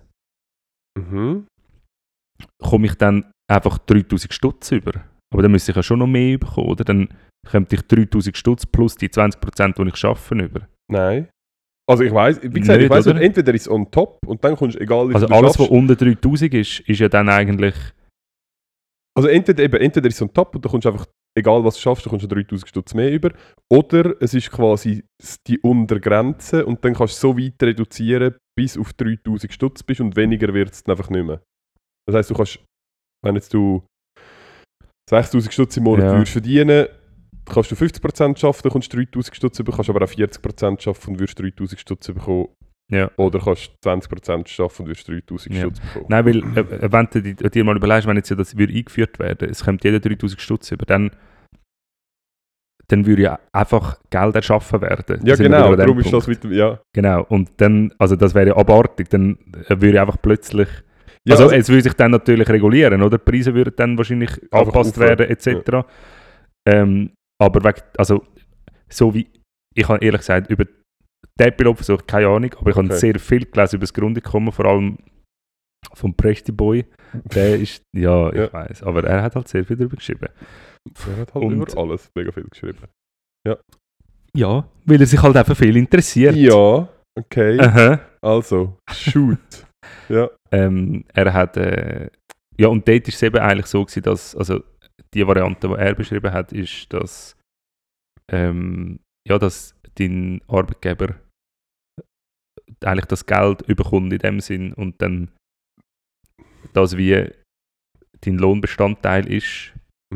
komme ich dann einfach 3'000 Stutz über. Aber dann müsste ich ja schon noch mehr bekommen, oder? Dann kommt ich 3'000 Stutz plus die 20%, die ich arbeite, über.
Nein. Also ich weiss, wie gesagt,
nicht,
entweder ist es on top und dann kommst du, egal wie
also
du
alles, was unter 3'000 ist ja dann eigentlich...
Also entweder ist es on top und du kommst einfach, egal was du schaffst, du kommst 3'000 Stutz mehr über. Oder es ist quasi die Untergrenze und dann kannst du so weit reduzieren, bis auf 3'000 Stutz bist und weniger wird es dann einfach nicht mehr. Das heisst, du kannst, wenn jetzt du 6'000 Stutz im Monat würdest verdienen, kannst du 50% arbeiten, dann kommst du 3'000 Stutz über, kannst aber auch 40% arbeiten und würdest 3'000 Stutz bekommen.
Ja.
Oder kannst du 20% arbeiten und wirst 3'000 Stutz bekommen.
Nein, weil wenn du dir mal überlegst, wenn jetzt das würde eingeführt werden, es kommt jeder 3'000 Stutz über, dann würde ja einfach Geld erschaffen werden.
Ja genau, darum ist das mit dem, ja.
Genau, und dann, also das wäre ja abartig, dann würde einfach plötzlich,
ja,
also es würde sich dann natürlich regulieren, oder? Die Preise würden dann wahrscheinlich angepasst werden, etc. Ja. Aber also, so wie, ich habe ehrlich gesagt, über den Pilotversuch keine Ahnung, aber ich habe sehr viel gelesen über das Grundeinkommen, vor allem vom Presti Boy. Der ist, ja, ich weiss, aber er hat halt sehr viel darüber geschrieben.
Er hat halt über alles mega viel geschrieben. Ja.
Ja, weil er sich halt einfach viel interessiert.
Ja, okay.
Aha.
Also, shoot. Ja.
Er hat, ja, und dort war es eben eigentlich so gewesen, dass, also die Variante, die er beschrieben hat, ist, dass, ja, dass dein Arbeitgeber eigentlich das Geld überkommt in dem Sinn und dann das wie dein Lohnbestandteil ist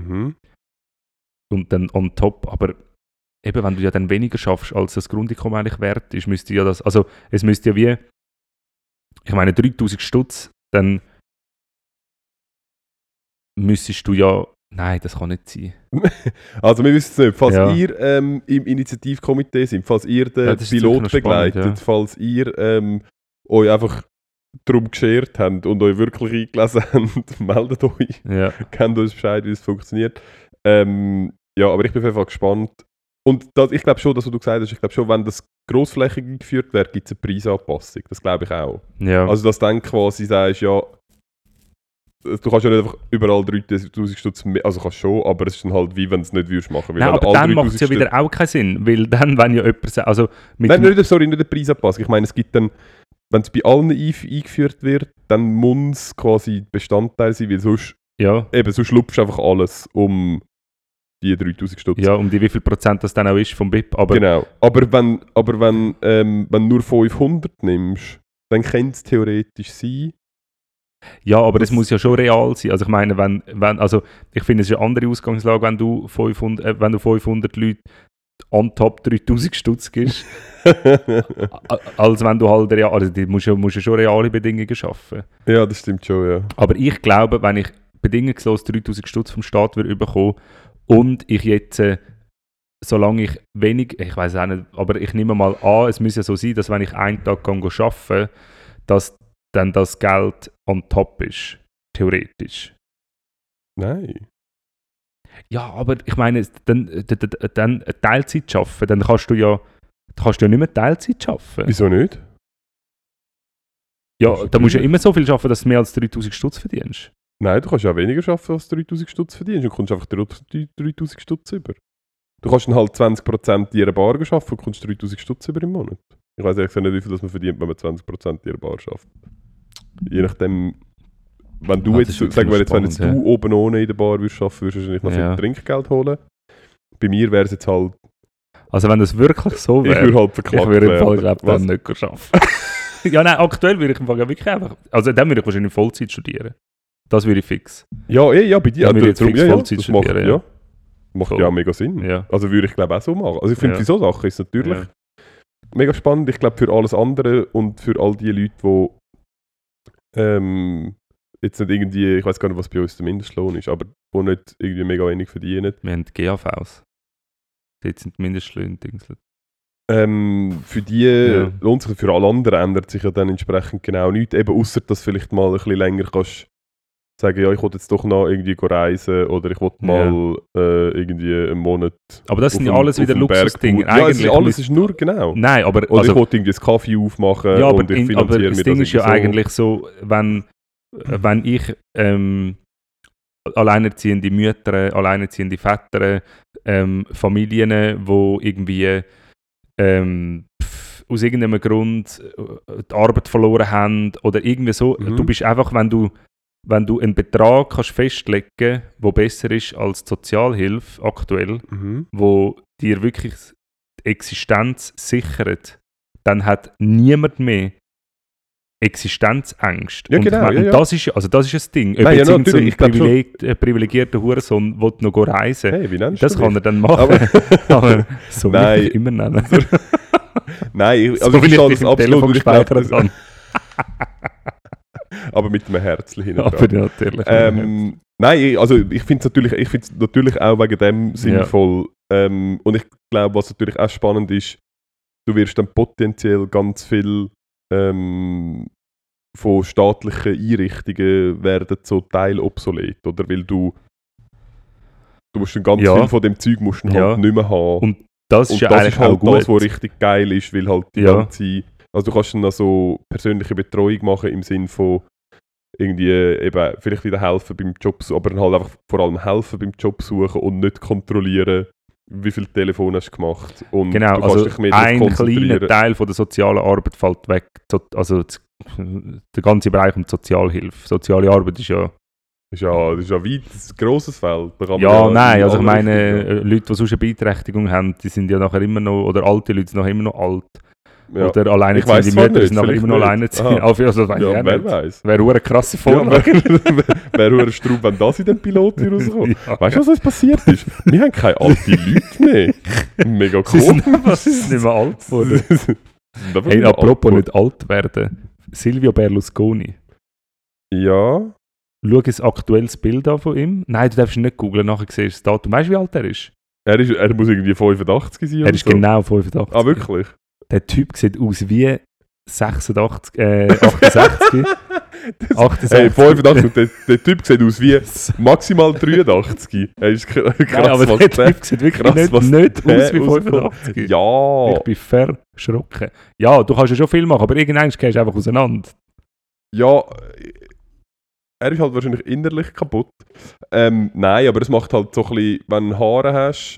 und dann on top, aber eben wenn du ja dann weniger schaffst, als das Grundeinkommen eigentlich wert ist, müsste ja das, also es müsste ja wie, ich meine 3'000 Stutz, dann müsstest du ja Nein, das kann nicht sein.
Also wir wissen es nicht, falls
Ja.
ihr im Initiativkomitee seid, falls ihr den
Ja, das ist
Pilot
sicher noch spannend,
begleitet,
ja.
falls ihr euch einfach darum geschert habt und euch wirklich eingelesen habt, meldet euch,
Ja.
kennt uns Bescheid, wie es funktioniert. Ja, aber ich bin auf jeden Fall gespannt. Und das, ich glaube schon, das, was du gesagt hast, ich glaube schon, wenn das grossflächig eingeführt wird, gibt es eine Preisanpassung. Das glaube ich auch.
Ja.
Also dass du dann quasi sagst, ja, du kannst ja nicht einfach überall 3000 Stutz mehr, also kannst schon, aber es ist dann halt wie wenn du es nicht würdest machen. Weil
Nein,
wenn
aber
alle
dann macht es ja
3000
wieder auch keinen Sinn, weil dann, wenn ja jemand sagt, also mit
Nein,
dem-
nicht eine Preisanpassung. Ich meine, es gibt dann, wenn es bei allen eingeführt wird, dann muss es quasi Bestandteil sein, weil sonst lupfst du einfach alles um die 3000 Stutz.
ja, um die wie viel Prozent das dann auch ist vom BIP, aber
Genau. Aber wenn du nur 500 nimmst, dann könnte es theoretisch sein.
ja, aber
das-
es muss ja schon real sein. Also ich meine, also ich finde, es ist eine andere Ausgangslage, wenn du 500 Leute on top 3000 Stutz gibst, als wenn du halt also du musst ja schon reale Bedingungen schaffen.
Ja, das stimmt schon, ja.
Aber ich glaube, wenn ich bedingungslos 3000 Stutz vom Staat würde bekommen und ich jetzt, solange ich ich weiß auch nicht, aber ich nehme mal an, es muss ja so sein, dass wenn ich einen Tag arbeiten dass dann das Geld on top ist, theoretisch.
Nein.
Ja, aber ich meine, dann Teilzeit arbeiten, dann kannst du ja nicht mehr Teilzeit arbeiten.
Wieso nicht?
Ja, da musst du ja immer so viel arbeiten, dass du mehr als 3000 Stutz verdienst.
Nein, du kannst ja weniger arbeiten, als 3000 Stutz verdienst und kommst einfach die 3000 Stutz über. Du kannst dann halt 20% in ihrer Bar arbeiten und kommst 3000 Stutz über im Monat. Ich weiß ehrlich nicht, wie viel das man verdient, wenn man 20% in ihrer Bar arbeitet. Je nachdem, wenn du
Ah,
jetzt,
das ist wirklich
sagen wir jetzt, wenn jetzt
spannend,
du oben ohne in der Bar würdest arbeiten, würdest du wahrscheinlich noch
Ja.
viel Trinkgeld holen. Bei mir wäre es jetzt halt,
Also wenn das wirklich so
ich
wäre,
würde halt
ich
verklagt
würde im Fall,
werden.
glaube
Was?
dann nicht arbeiten. Ja, nein, aktuell würde ich im Fall wirklich einfach, also dann würde ich wahrscheinlich Vollzeit studieren. Das würde ich fix.
Ja, bei dir.
Dann würde ich jetzt fix Vollzeit
das macht,
studieren,
ja.
ja.
Macht
Voll.
ja auch mega Sinn.
Ja.
Also würde ich glaube auch so machen. Also ich finde,
Ja.
für so Sachen ist es natürlich
Ja.
mega spannend. Ich glaube für alles andere und für all die Leute, die jetzt nicht irgendwie, ich weiß gar nicht, was bei uns der Mindestlohn ist, aber die nicht irgendwie mega wenig verdienen.
Wir haben GAVs. Dort sind die Mindestlöhne dingselt.
Für die
Ja.
lohnt sich, für alle anderen ändert sich ja dann entsprechend genau nichts. Eben außer dass du vielleicht mal ein bisschen länger kannst sagen, ja, ich will jetzt doch noch irgendwie reisen oder ich will mal irgendwie einen Monat.
Aber das sind ja
auf dem-
alles wieder
auf dem Berg
Luxusdinge.
touren. Ja, es ist alles
müsste-
ist nur genau.
Nein, aber
Oder
also,
ich will irgendwie einen Kaffee aufmachen
ja, aber,
und ich
aber
finanziere
das
mir
Ding
das
ist ja
irgendwie so.
eigentlich so, wenn ich alleinerziehende Mütter, alleinerziehende Väter, Familien, wo irgendwie aus irgendeinem Grund die Arbeit verloren haben oder irgendwie so,
Mhm.
du bist einfach, wenn du einen Betrag kannst festlegen, der besser ist als die Sozialhilfe aktuell,
Mhm.
wo dir wirklich die Existenz sichert, dann hat niemand mehr Existenzängste.
Ja,
Und
genau,
ich meine,
ja,
und das ist ein Ding. Ob
Nein, ja,
jetzt irgend so
natürlich, ich glaub
ein privilegierter Hurensohn will noch reisen,
Hey, wie nennst
das
du
kann
dich?
er dann machen. Aber so will
Nein.
ich mich immer nennen.
Nein,
So
also
will
ich
ich
verstehe
dich
das
im
absolut.
Telefon
und ich glaub,
gespeichert habe.
aber mit einem Herzchen hinten
Aber ja, natürlich.
Nein, also ich finde es natürlich auch wegen dem sinnvoll. Und ich glaube, was natürlich auch spannend ist, du wirst dann potenziell ganz viel von staatlichen Einrichtungen werden so Teil obsolet, oder? Weil du musst dann ganz
Ja.
viel von dem Zeug musst du
Ja.
halt nicht mehr haben.
Und das ist
Und
ja
das
eigentlich
ist halt
auch gut.
das, was richtig geil ist, weil halt die
Ja.
ganze... Also du kannst dann auch so persönliche Betreuung machen im Sinn von irgendwie eben vielleicht wieder helfen beim Job, aber dann halt einfach vor allem helfen beim Job suchen und nicht kontrollieren, wie viele Telefone hast du gemacht. Und
Genau,
du kannst
also
dich mehr darauf
ein kleiner
konzentrieren.
Teil von der sozialen Arbeit fällt weg. Also der ganze Bereich um die Sozialhilfe. Soziale Arbeit ist ja...
Das ist ja weit, das ist ein grosses Feld. Da kann man
Ja,
in
nein, also ich
alle
meine,
Richtungen
Leute, die sonst eine Beeinträchtigung haben, die sind ja nachher immer noch, oder alte Leute sind nachher immer noch alt.
gehen. Ja.
Oder
Ich
alleinerziehende
weiss zwar
Mütter
nicht,
sind nachher
vielleicht
immer noch
nicht.
alleinerziehend.
Aha.
Also, das weiss ich
Ja,
auch
wer
nicht.
weiß.
Wäre eine krasse
Ja,
Vorlage.
wäre ein Straub, wenn das in dem Pilot rauskommt.
Ja.
Weißt du, was uns passiert ist? Wir haben keine alten Leute mehr. Mega
Sie sind,
komisch.
sie sind nicht mehr alt geworden.
Hey,
Hey, apropos nicht alt werden. Silvio Berlusconi.
Ja.
schau ein aktuelles Bild an von ihm. Nein, du darfst ihn nicht googlen, nachher siehst du das Datum. Weißt du, wie alt er ist?
Er muss irgendwie 85 sein.
Er ist genau 85.
Ah, wirklich?
Der Typ sieht aus wie 68, 68. 68.
Hey, 85 und der Typ sieht aus wie maximal 83. Er ist krass,
Nein, aber der Typ sieht wirklich
krass,
nicht aus wie 85.
Ja.
Ich bin verschrocken. Ja, du kannst ja schon viel machen, aber irgendwann gehst du einfach auseinander.
Ja, er ist halt wahrscheinlich innerlich kaputt. Nein, aber es macht halt so ein bisschen, wenn du Haare hast,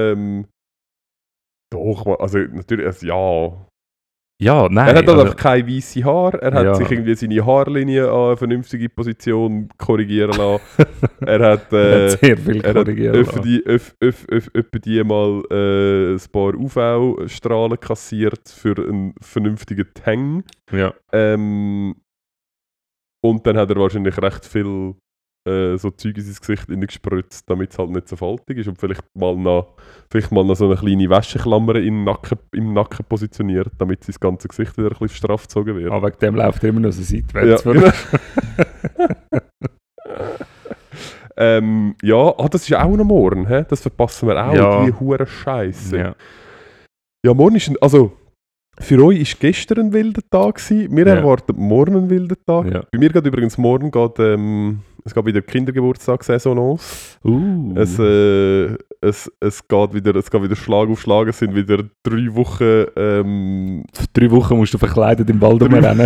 doch, also natürlich, also, ja.
Ja, nein.
Er hat halt einfach keine weiße Haare, er hat sich irgendwie seine Haarlinie an eine vernünftige Position korrigieren lassen. Er hat
sehr viel korrigieren lassen.
Etwa die mal ein paar UV-Strahlen kassiert für einen vernünftigen Tang.
Ja.
Und dann hat er wahrscheinlich recht viel so Zeug in sein Gesicht gespritzt, damit es halt nicht so faltig ist und vielleicht mal noch so eine kleine Wäscheklammer im Nacken positioniert, damit sein ganzes Gesicht wieder ein bisschen straff gezogen wird.
Aber wegen dem läuft er immer noch so seitwärts.
Ja, das ist auch noch morgen, he? Das verpassen wir auch,
Ja.
die hure Scheiße.
Ja.
Morgen ist also für euch war gestern ein wilder Tag gewesen. Wir erwarten morgen einen wilden Tag.
Ja.
Bei mir geht übrigens morgen es geht wieder Kindergeburtstagssaison los. Es geht wieder Schlag auf Schlag. Es sind wieder 3 Wochen.
3 Wochen musst du verkleidet im Wald rumrennen.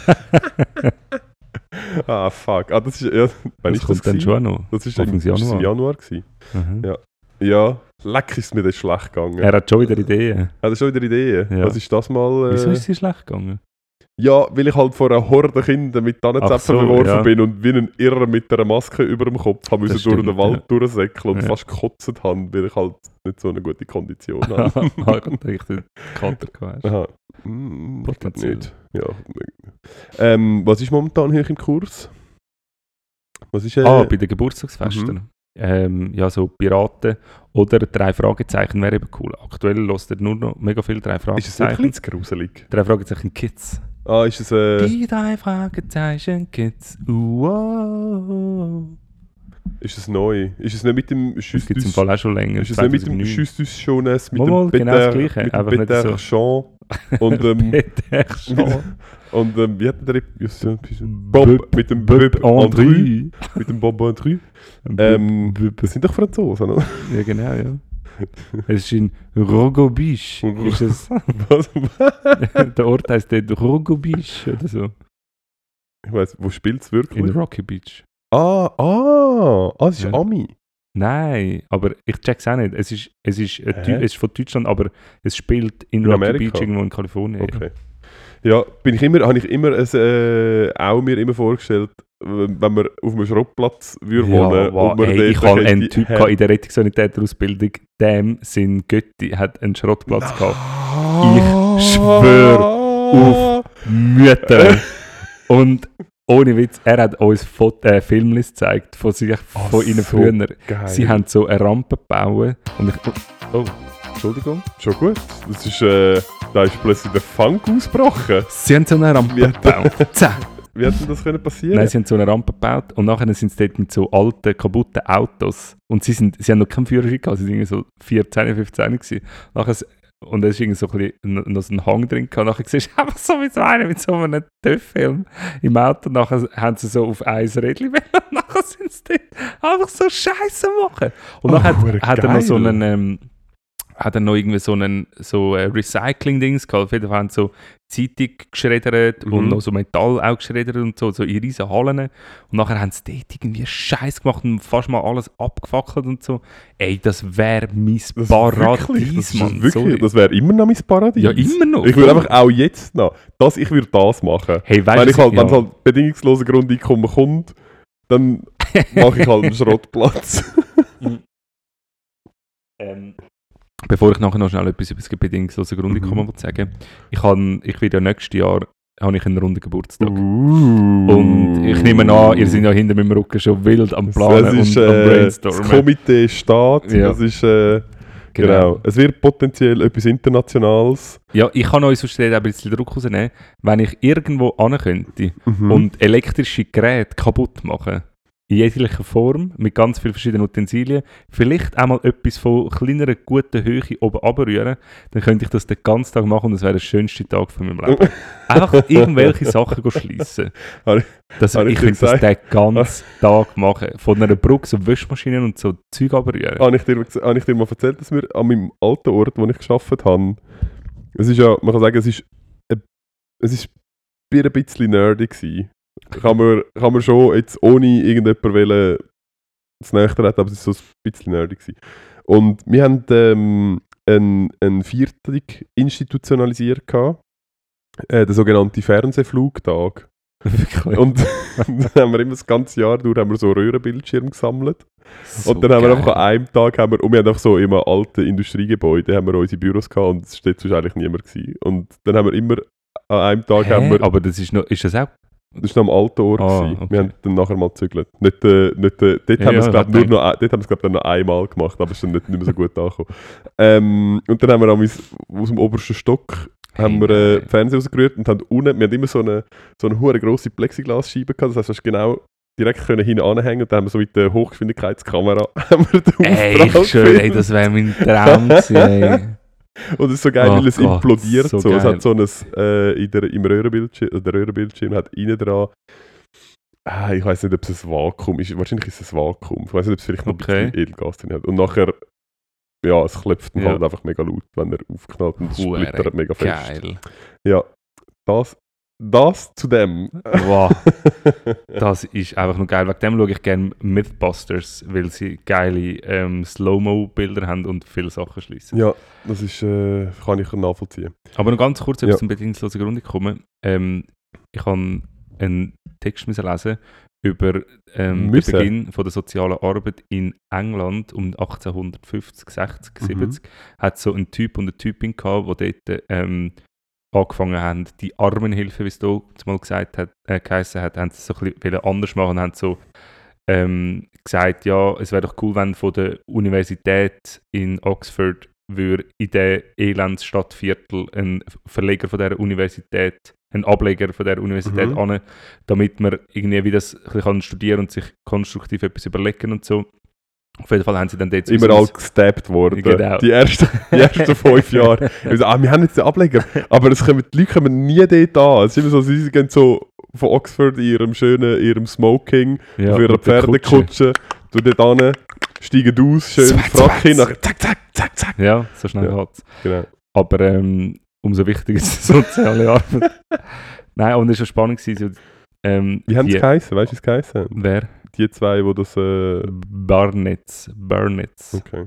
Fuck. Das ist ja.
Das kommt dann schon noch.
Das ist
Anfang
im Januar gewesen.
Mhm.
Ja, leck ist mir das schlecht gegangen.
Er hat schon wieder Ideen.
Hat er schon wieder Ideen?
Ja.
Was ist das mal?
Wieso ist es dir schlecht gegangen?
Ja, weil ich halt vor einer Horde Kinder mit Tannenzäpfen verworfen bin und wie ein Irrer mit einer Maske über dem Kopf habe müssen durch den Wald durchsäckeln und fast gekotzt haben, weil ich halt nicht so eine gute Kondition habe.
Ich dachte, den Kater gehabt.
Aha.
Potenziell.
Nicht. Ja. Was ist momentan hier im Kurs? Was ist,
bei den Geburtstagsfesten. Ja, so Piraten oder 3 Fragezeichen wäre eben cool. Aktuell hört er nur noch mega viel 3
Ist es
Fragezeichen.
wirklich gruselig?
3 Fragezeichen Kids.
Ah, ist es
Die 3 Fragezeichen Kids.
Ist es neu? Ist es nicht mit dem
Das gibt es im Fall auch schon länger.
Ist es nicht mit dem Schüstus Jeunesse, mit
Mal,
dem
genau das Gleiche,
mit
einfach
dem
nicht
Peter
so.
Jean und
Peter Jean.
und wie hat der Bob mit dem Bob André, mit dem Bob André. Das sind doch Franzosen, oder?
Ja, genau, ja. Es ist in Rogobisch. Ist es,
Was?
der Ort heisst dort Rogobisch oder so.
Ich weiss, wo spielt es wirklich?
In Rocky Beach.
Das ist
Ja.
Ami.
Nein, aber ich check's auch nicht. Es ist
Hä?
von Deutschland, aber es spielt in
In
Rocky
Amerika?
Beach irgendwo in Kalifornien.
Okay. Ja, habe ich immer auch mir immer vorgestellt, wenn wir auf einem Schrottplatz wohnen
wow.
und wir
Hey, ich
dort
habe einen
hätte-
Typ gehabt in der Rettungssanitäterausbildung, dem sein Götti hat einen Schrottplatz gehabt. Ich schwör auf Mütter. Und ohne Witz, er hat uns Filmlis gezeigt von sich, von ihnen
so
früher.
geil.
Sie haben so eine Rampe gebaut und oh, Entschuldigung.
Schon gut. Das ist, da ist plötzlich der Funk ausgebrochen.
Sie haben so eine Rampe
Wie-
gebaut. Zack.
Wie hat denn das können passieren?
Nein, sie haben so eine Rampe gebaut und nachher sind sie dort mit so alten, kaputten Autos. Und sie haben noch keinen Führerschein gehabt, sie waren irgendwie so 14, 15 gewesen. Nachher, und es ist irgendwie so ein bisschen noch so ein Hang drin gehabt. Nachher siehst du einfach so wie so einer mit so einem TÜV-Film im Auto. Nachher haben sie so auf ein Rädchen und nachher sind sie dort einfach so Scheiße machen. Und dann hat er noch so einen... hat er noch irgendwie so ein Recycling-Dings gehabt. Auf jeden Fall haben sie so Zeitung geschreddert und noch so Metall auch geschreddert und so in riesen Hallen. Und nachher haben sie dort irgendwie Scheiß gemacht und fast mal alles abgefackelt und so. Ey, das wäre mein Paradies, Mann.
Das wäre immer noch mein Paradies.
Ja, immer noch.
Ich würde einfach auch jetzt noch, ich würde das machen.
Hey, weißt
Wenn
du,
es halt bedingungslose Grundeinkommen kommt, dann mache ich halt einen Schrottplatz.
Bevor ich nachher noch schnell etwas über das bedingungslose Grundeinkommen sagen will, ich werde ja nächstes Jahr habe ich einen runden Geburtstag. Und ich nehme an, ihr seid ja hinter meinem Rücken schon wild am Planen
ist,
und am Brainstormen.
Das Komitee steht.
Ja.
Das ist, genau. Es wird potenziell etwas Internationales.
Ja, ich kann euch sonst auch ein bisschen Druck rausnehmen, wenn ich irgendwo hin könnte
Mhm.
und elektrische Geräte kaputt machen, in jeglicher Form, mit ganz vielen verschiedenen Utensilien, vielleicht einmal etwas von kleinerer, guter Höhe oben runterrühren, dann könnte ich das den ganzen Tag machen und das wäre der schönste Tag von meinem Leben. Einfach irgendwelche Sachen schliessen. Ich könnte das den ganzen Tag machen. Von einer Brücke so Wäschmaschinen und so Zeug runterrühren.
Habe ich dir mal erzählt, dass wir an meinem alten Ort, wo ich gearbeitet habe, es ist ja, man kann sagen, es ist ein bisschen nerdy gewesen. Kann man schon jetzt ohne irgendjemanden zu näher treten, aber es war so ein bisschen nerdy gewesen. Und wir haben einen Viertag institutionalisiert gehabt, den sogenannten Fernsehflugtag.
Wirklich?
Und dann haben wir immer das ganze Jahr durch haben wir so Röhrenbildschirme gesammelt.
So
und dann haben wir
geil.
einfach an einem Tag, und wir haben einfach so in einem alten Industriegebäude haben wir unsere Büros gehabt und es war dort eigentlich niemand gewesen. Und dann haben wir immer an einem Tag haben wir...
Aber das ist das auch...
Das war noch am alten Ort.
Okay.
Wir haben dann nachher mal gezügelt. Dort haben wir es, glaube ich, noch einmal gemacht, aber es ist dann nicht mehr so gut angekommen. Und dann haben wir aus dem obersten Stock haben wir die Fernseher rausgerührt und haben unten, wir haben immer so eine hure grosse Plexiglasscheibe gehabt, das heisst, du hast genau direkt hinten anhängen und dann haben wir so mit der Hochgeschwindigkeitskamera haben wir
Ey, das wäre mein Traum gewesen, ey.
Und es ist so geil, weil es implodiert so.
So
es hat so ein, im Röhrenbildschirm, der Röhrenbildschirm hat innen dran, ich weiß nicht, ob es ein Vakuum ist, wahrscheinlich ist es ein Vakuum, ich weiß nicht, ob es vielleicht noch ein bisschen Edelgas drin hat. Und nachher, ja, es klopft dann halt einfach mega laut, wenn er aufknallt und es splittert mega fest.
Geil.
Ja, das zu dem.
Wow, das ist einfach nur geil. Wegen dem schaue ich gerne Mythbusters, weil sie geile Slow-Mo-Bilder haben und viele Sachen schließen.
Ja, das ist, kann ich nachvollziehen.
Aber noch ganz kurz, zum bedingungslosen Grund kommen. Ich habe einen Text lesen über den Beginn von der sozialen Arbeit in England um 1850, 60, 70. Hat so ein Typ und eine Typin gehabt, die dort angefangen haben, die Armenhilfe, wie es da mal geheissen hat, haben sie so ein bisschen anders machen und haben so gesagt, ja, es wäre doch cool, wenn von der Universität in Oxford würde in den Elendsstadtviertel ein Verleger von dieser Universität, ein Ableger von dieser Universität an, damit man irgendwie wie das ein bisschen studieren und sich konstruktiv etwas überlegen und so. Auf jeden Fall haben sie dann dort...
Immer alt gestabbt worden.
Genau.
Die ersten 5 Jahre. Wir haben nicht den Ableger, aber die Leute kommen nie dort an. Es ist immer so, sie gehen so von Oxford in ihrem Smoking, auf ihrer Pferdekutsche, durch dort hin, steigen aus, schön Frack hin, nachher zack.
Ja, so schnell geht's.
Genau.
Aber umso wichtiger ist die soziale Arbeit. Nein, und es war schon spannend gewesen.
Wie haben sie geheißen? Weißt du, wie es geheißen?
Wer?
Die zwei, die das...
Barnetts.
Okay.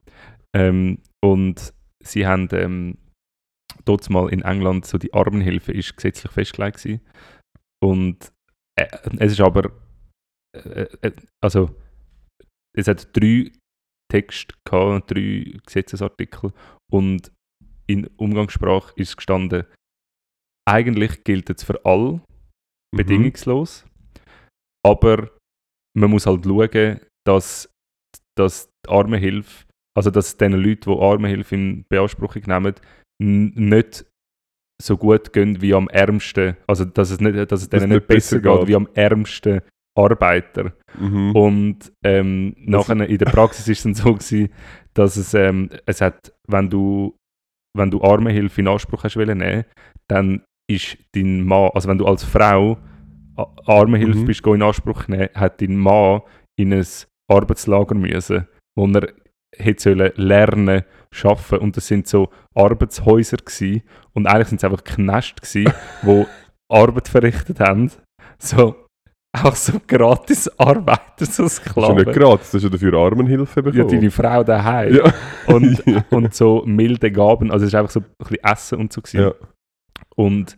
Und sie haben dort mal in England so die Armenhilfe ist gesetzlich festgelegt gewesen. Und es ist aber also es hat 3 Texte gehabt, 3 Gesetzesartikel und in Umgangssprache ist gestanden, eigentlich gilt es für alle bedingungslos, aber man muss halt schauen, dass die Armenhilfe, also dass den Leuten, die Armenhilfe in Beanspruchung nehmen, nicht so gut gehen wie am ärmsten, also dass es denen nicht besser geht wie am ärmsten Arbeiter. Und nachher in der Praxis ist es dann so gewesen, dass es hat, wenn du Armenhilfe in Anspruch hast nehmen, dann ist dein Mann, also wenn du als Frau Armenhilfe bist in Anspruch nehmen, hat dein Mann in ein Arbeitslager müssen, wo er hätte lernen arbeiten, und das sind so Arbeitshäuser gewesen. Und eigentlich sind es einfach Knäste gewesen, die Arbeit verrichtet haben. So, auch so gratis Arbeiter, so Sklaven.
Das ist ja nicht gratis, das ist ja dafür Armenhilfe bekommen.
Ja, deine Frau daheim.
Ja.
Und so milde Gaben, also es war einfach so ein bisschen Essen und so gewesen.
Ja.
Und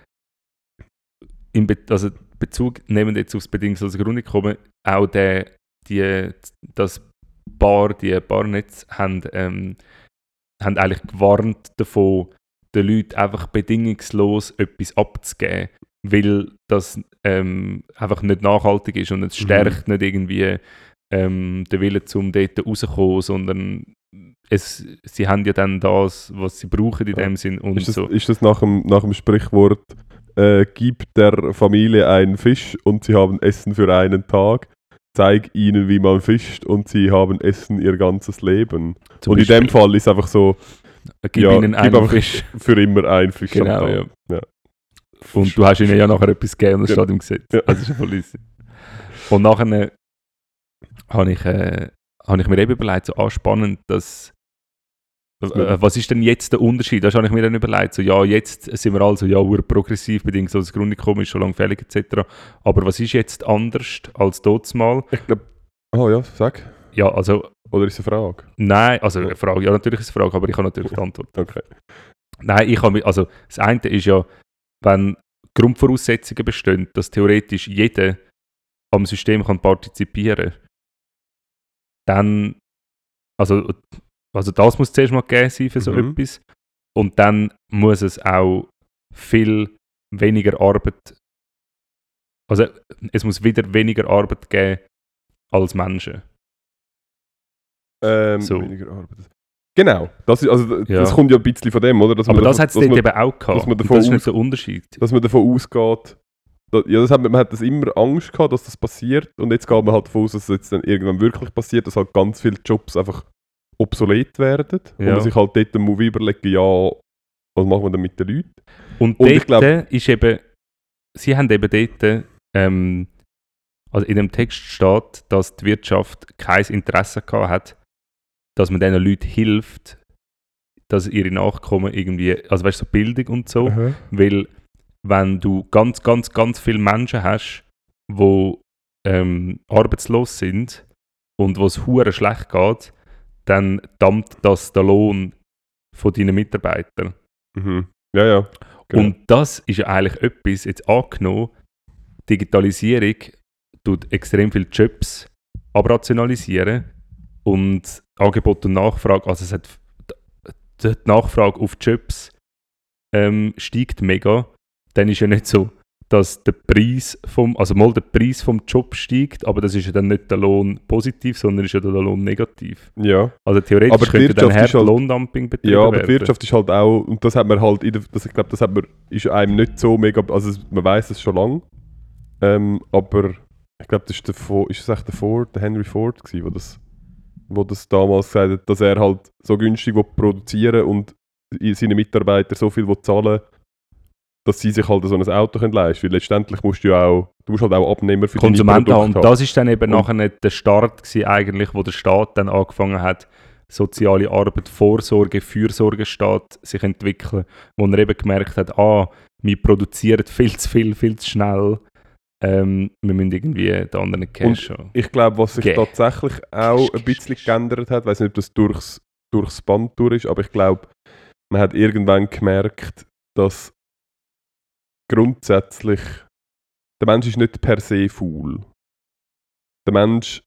also Bezug nehmend jetzt aufs bedingungslose Grundeinkommen, auch die Barnetts haben eigentlich gewarnt davon, den Leuten einfach bedingungslos etwas abzugeben, weil das einfach nicht nachhaltig ist und es stärkt nicht irgendwie den Willen, um dort rauszukommen, sondern sie haben ja dann das, was sie brauchen in dem Sinn. Und
ist das nach dem Sprichwort, gib der Familie einen Fisch und sie haben Essen für einen Tag? zeig ihnen, wie man fischt und sie haben Essen ihr ganzes Leben.
Zum
und in
Beispiel,
dem Fall ist es einfach so,
gib ihnen einen
einfach
Fisch.
für immer einen Fisch
Genau,
am Tag. Ja.
Und du hast ihnen ja nachher etwas gegeben und das
Ja.
steht im Gesetz.
Ja.
Das ist ja voll easy. Und nachher habe ich mir eben überlegt, so spannend, dass was ist denn jetzt der Unterschied? Das habe ich mir dann überlegt, so ja, jetzt sind wir also ja progressiv bedingt, so das Grundeinkommen ist schon lange fällig etc. Aber was ist jetzt anders als mal?
Ich glaube, ja, sag.
Ja, also
Oder ist es eine Frage?
nein, also eine Frage, ja natürlich ist es eine Frage, aber ich habe natürlich die Antwort.
Okay.
Nein, also das eine ist ja, wenn Grundvoraussetzungen bestehen, dass theoretisch jeder am System kann partizipieren kann, dann, also das muss zuerst mal gegeben sein für so etwas und dann muss es auch viel weniger Arbeit, also es muss wieder weniger Arbeit geben als Menschen. So.
Weniger Arbeit. Genau, das
Ja.
kommt ja ein bisschen von dem, oder? Dass
Aber
man
das
davon-
hat es
dass
dort
man-
eben auch gehabt.
dass man
Und
davon
das ist nicht der Unterschied.
Dass man davon ausgeht, man hat das immer Angst gehabt, dass das passiert und jetzt geht man halt davon aus, dass es jetzt dann irgendwann wirklich passiert, dass halt ganz viele Jobs einfach obsolet werden und
Ja.
man sich halt dort muss überlegen, ja, was machen wir denn mit den Leuten?
Und
Und ich
dort
glaub-
ist eben, sie haben eben dort, also in dem Text steht, dass die Wirtschaft kein Interesse gehabt hat, dass man diesen Leuten hilft, dass ihre Nachkommen irgendwie, also weißt du, so Bildung und so, weil wenn du ganz, ganz, ganz viele Menschen hast, die arbeitslos sind und wo es hure schlecht geht, dann dammt das den Lohn von deinen Mitarbeitern.
Mhm. Ja, ja. Genau.
Und das ist ja eigentlich etwas, jetzt angenommen, Digitalisierung tut extrem viele Jobs abrationalisieren und Angebot und Nachfrage, also es hat die Nachfrage auf Jobs steigt mega, dann ist ja nicht so, dass der Preis vom Job steigt, aber das ist ja dann nicht der Lohn positiv, sondern ist ja der Lohn negativ.
Ja.
Also theoretisch
Aber die
könnte dann
Wirtschaft ist
härter
halt-
Lohndumping betrieben
Ja, aber
werden.
die Wirtschaft ist halt auch, und das hat man halt, ich glaube, das hat man, ist einem nicht so mega, also man weiß es schon lange, aber ich glaube, das ist es echt der Henry Ford gewesen, wo das damals gesagt hat, dass er halt so günstig produzieren und seine Mitarbeiter so viel zahlen, dass sie sich halt so ein Auto leisten können. Weil letztendlich musst du halt auch Abnehmer für deine
Konsumenten haben.
Produkte
Und das ist dann eben nachher nicht der Start gewesen, eigentlich, wo der Staat dann angefangen hat, soziale Arbeit, Vorsorge, Fürsorgestaat sich entwickeln, wo er eben gemerkt hat, wir produzieren viel zu viel, viel zu schnell. Wir müssen irgendwie den anderen Cash haben.
Ich glaube, was sich
Okay.
tatsächlich auch ein bisschen geändert hat, ich weiß nicht, ob das durchs Band durch ist, aber ich glaube, man hat irgendwann gemerkt, dass grundsätzlich der Mensch ist nicht per se faul. Der Mensch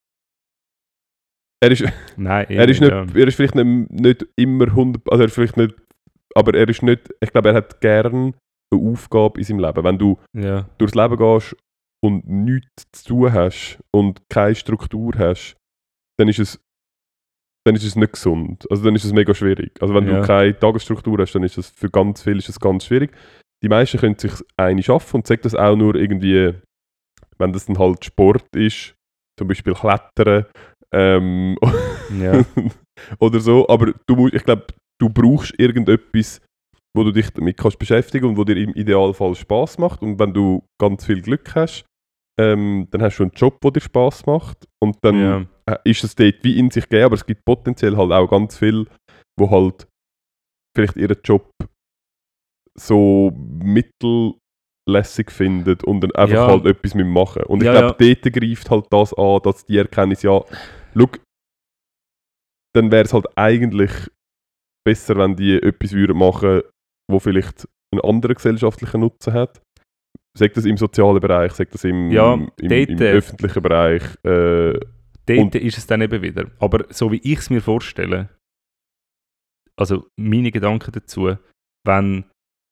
er ist
Nein,
er ist vielleicht nicht immer 100, also er ist vielleicht nicht, aber er ist nicht, ich glaube, er hat gern eine Aufgabe in seinem Leben. Wenn du
ja.
durchs Leben gehst und nichts zu tun hast und keine Struktur hast, dann ist es nicht gesund. Also dann ist es mega schwierig. Also wenn
Ja.
du keine Tagesstruktur hast, dann ist es für ganz viele ganz schwierig. Die meisten können sich eine schaffen und sagen das auch nur irgendwie, wenn das dann halt Sport ist, zum Beispiel Klettern
Ja.
oder so. Aber ich glaube, du brauchst irgendetwas, wo du dich damit kannst beschäftigen und wo dir im Idealfall Spaß macht. Und wenn du ganz viel Glück hast, dann hast du einen Job, der dir Spaß macht. Und dann
Ja.
ist es dort wie in sich gegeben, aber es gibt potenziell halt auch ganz viele, die halt vielleicht ihren Job so mittellässig finden und dann einfach
Ja.
halt etwas mit machen. Und ich
Ja,
glaube, dort greift halt das an, dass die Erkenntnis, ja, schau, dann wäre es halt eigentlich besser, wenn die etwas würden machen, wo vielleicht einen anderen gesellschaftlichen Nutzen hat. Sagt das im sozialen Bereich, sagt das im
dort,
öffentlichen Bereich.
Dort ist es dann eben wieder. Aber so wie ich es mir vorstelle, also meine Gedanken dazu, wenn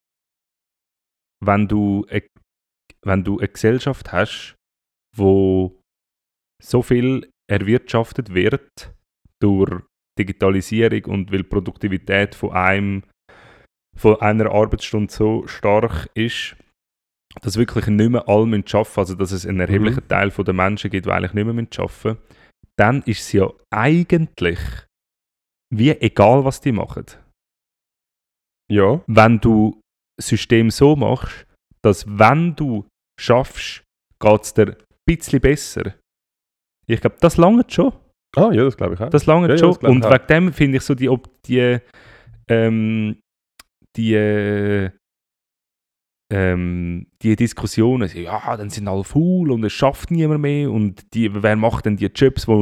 du eine Gesellschaft hast, wo so viel erwirtschaftet wird durch Digitalisierung und weil die Produktivität von einer Arbeitsstunde so stark ist, dass wirklich nicht mehr alle arbeiten müssen, also dass es einen erheblichen Teil der Menschen gibt, die eigentlich nicht mehr arbeiten müssen, dann ist es ja eigentlich wie egal, was die machen.
Ja.
Wenn du das System so machst, dass wenn du schaffst, geht es dir ein bisschen besser. Ich glaube, das langt schon.
Ah, ja, das glaube ich auch.
Das langt
Ja,
schon.
das glaub ich
Und
auch.
wegen dem finde ich so die Diskussionen, so, ja, dann sind alle faul und es schafft niemand mehr und wer macht denn die Jobs, wo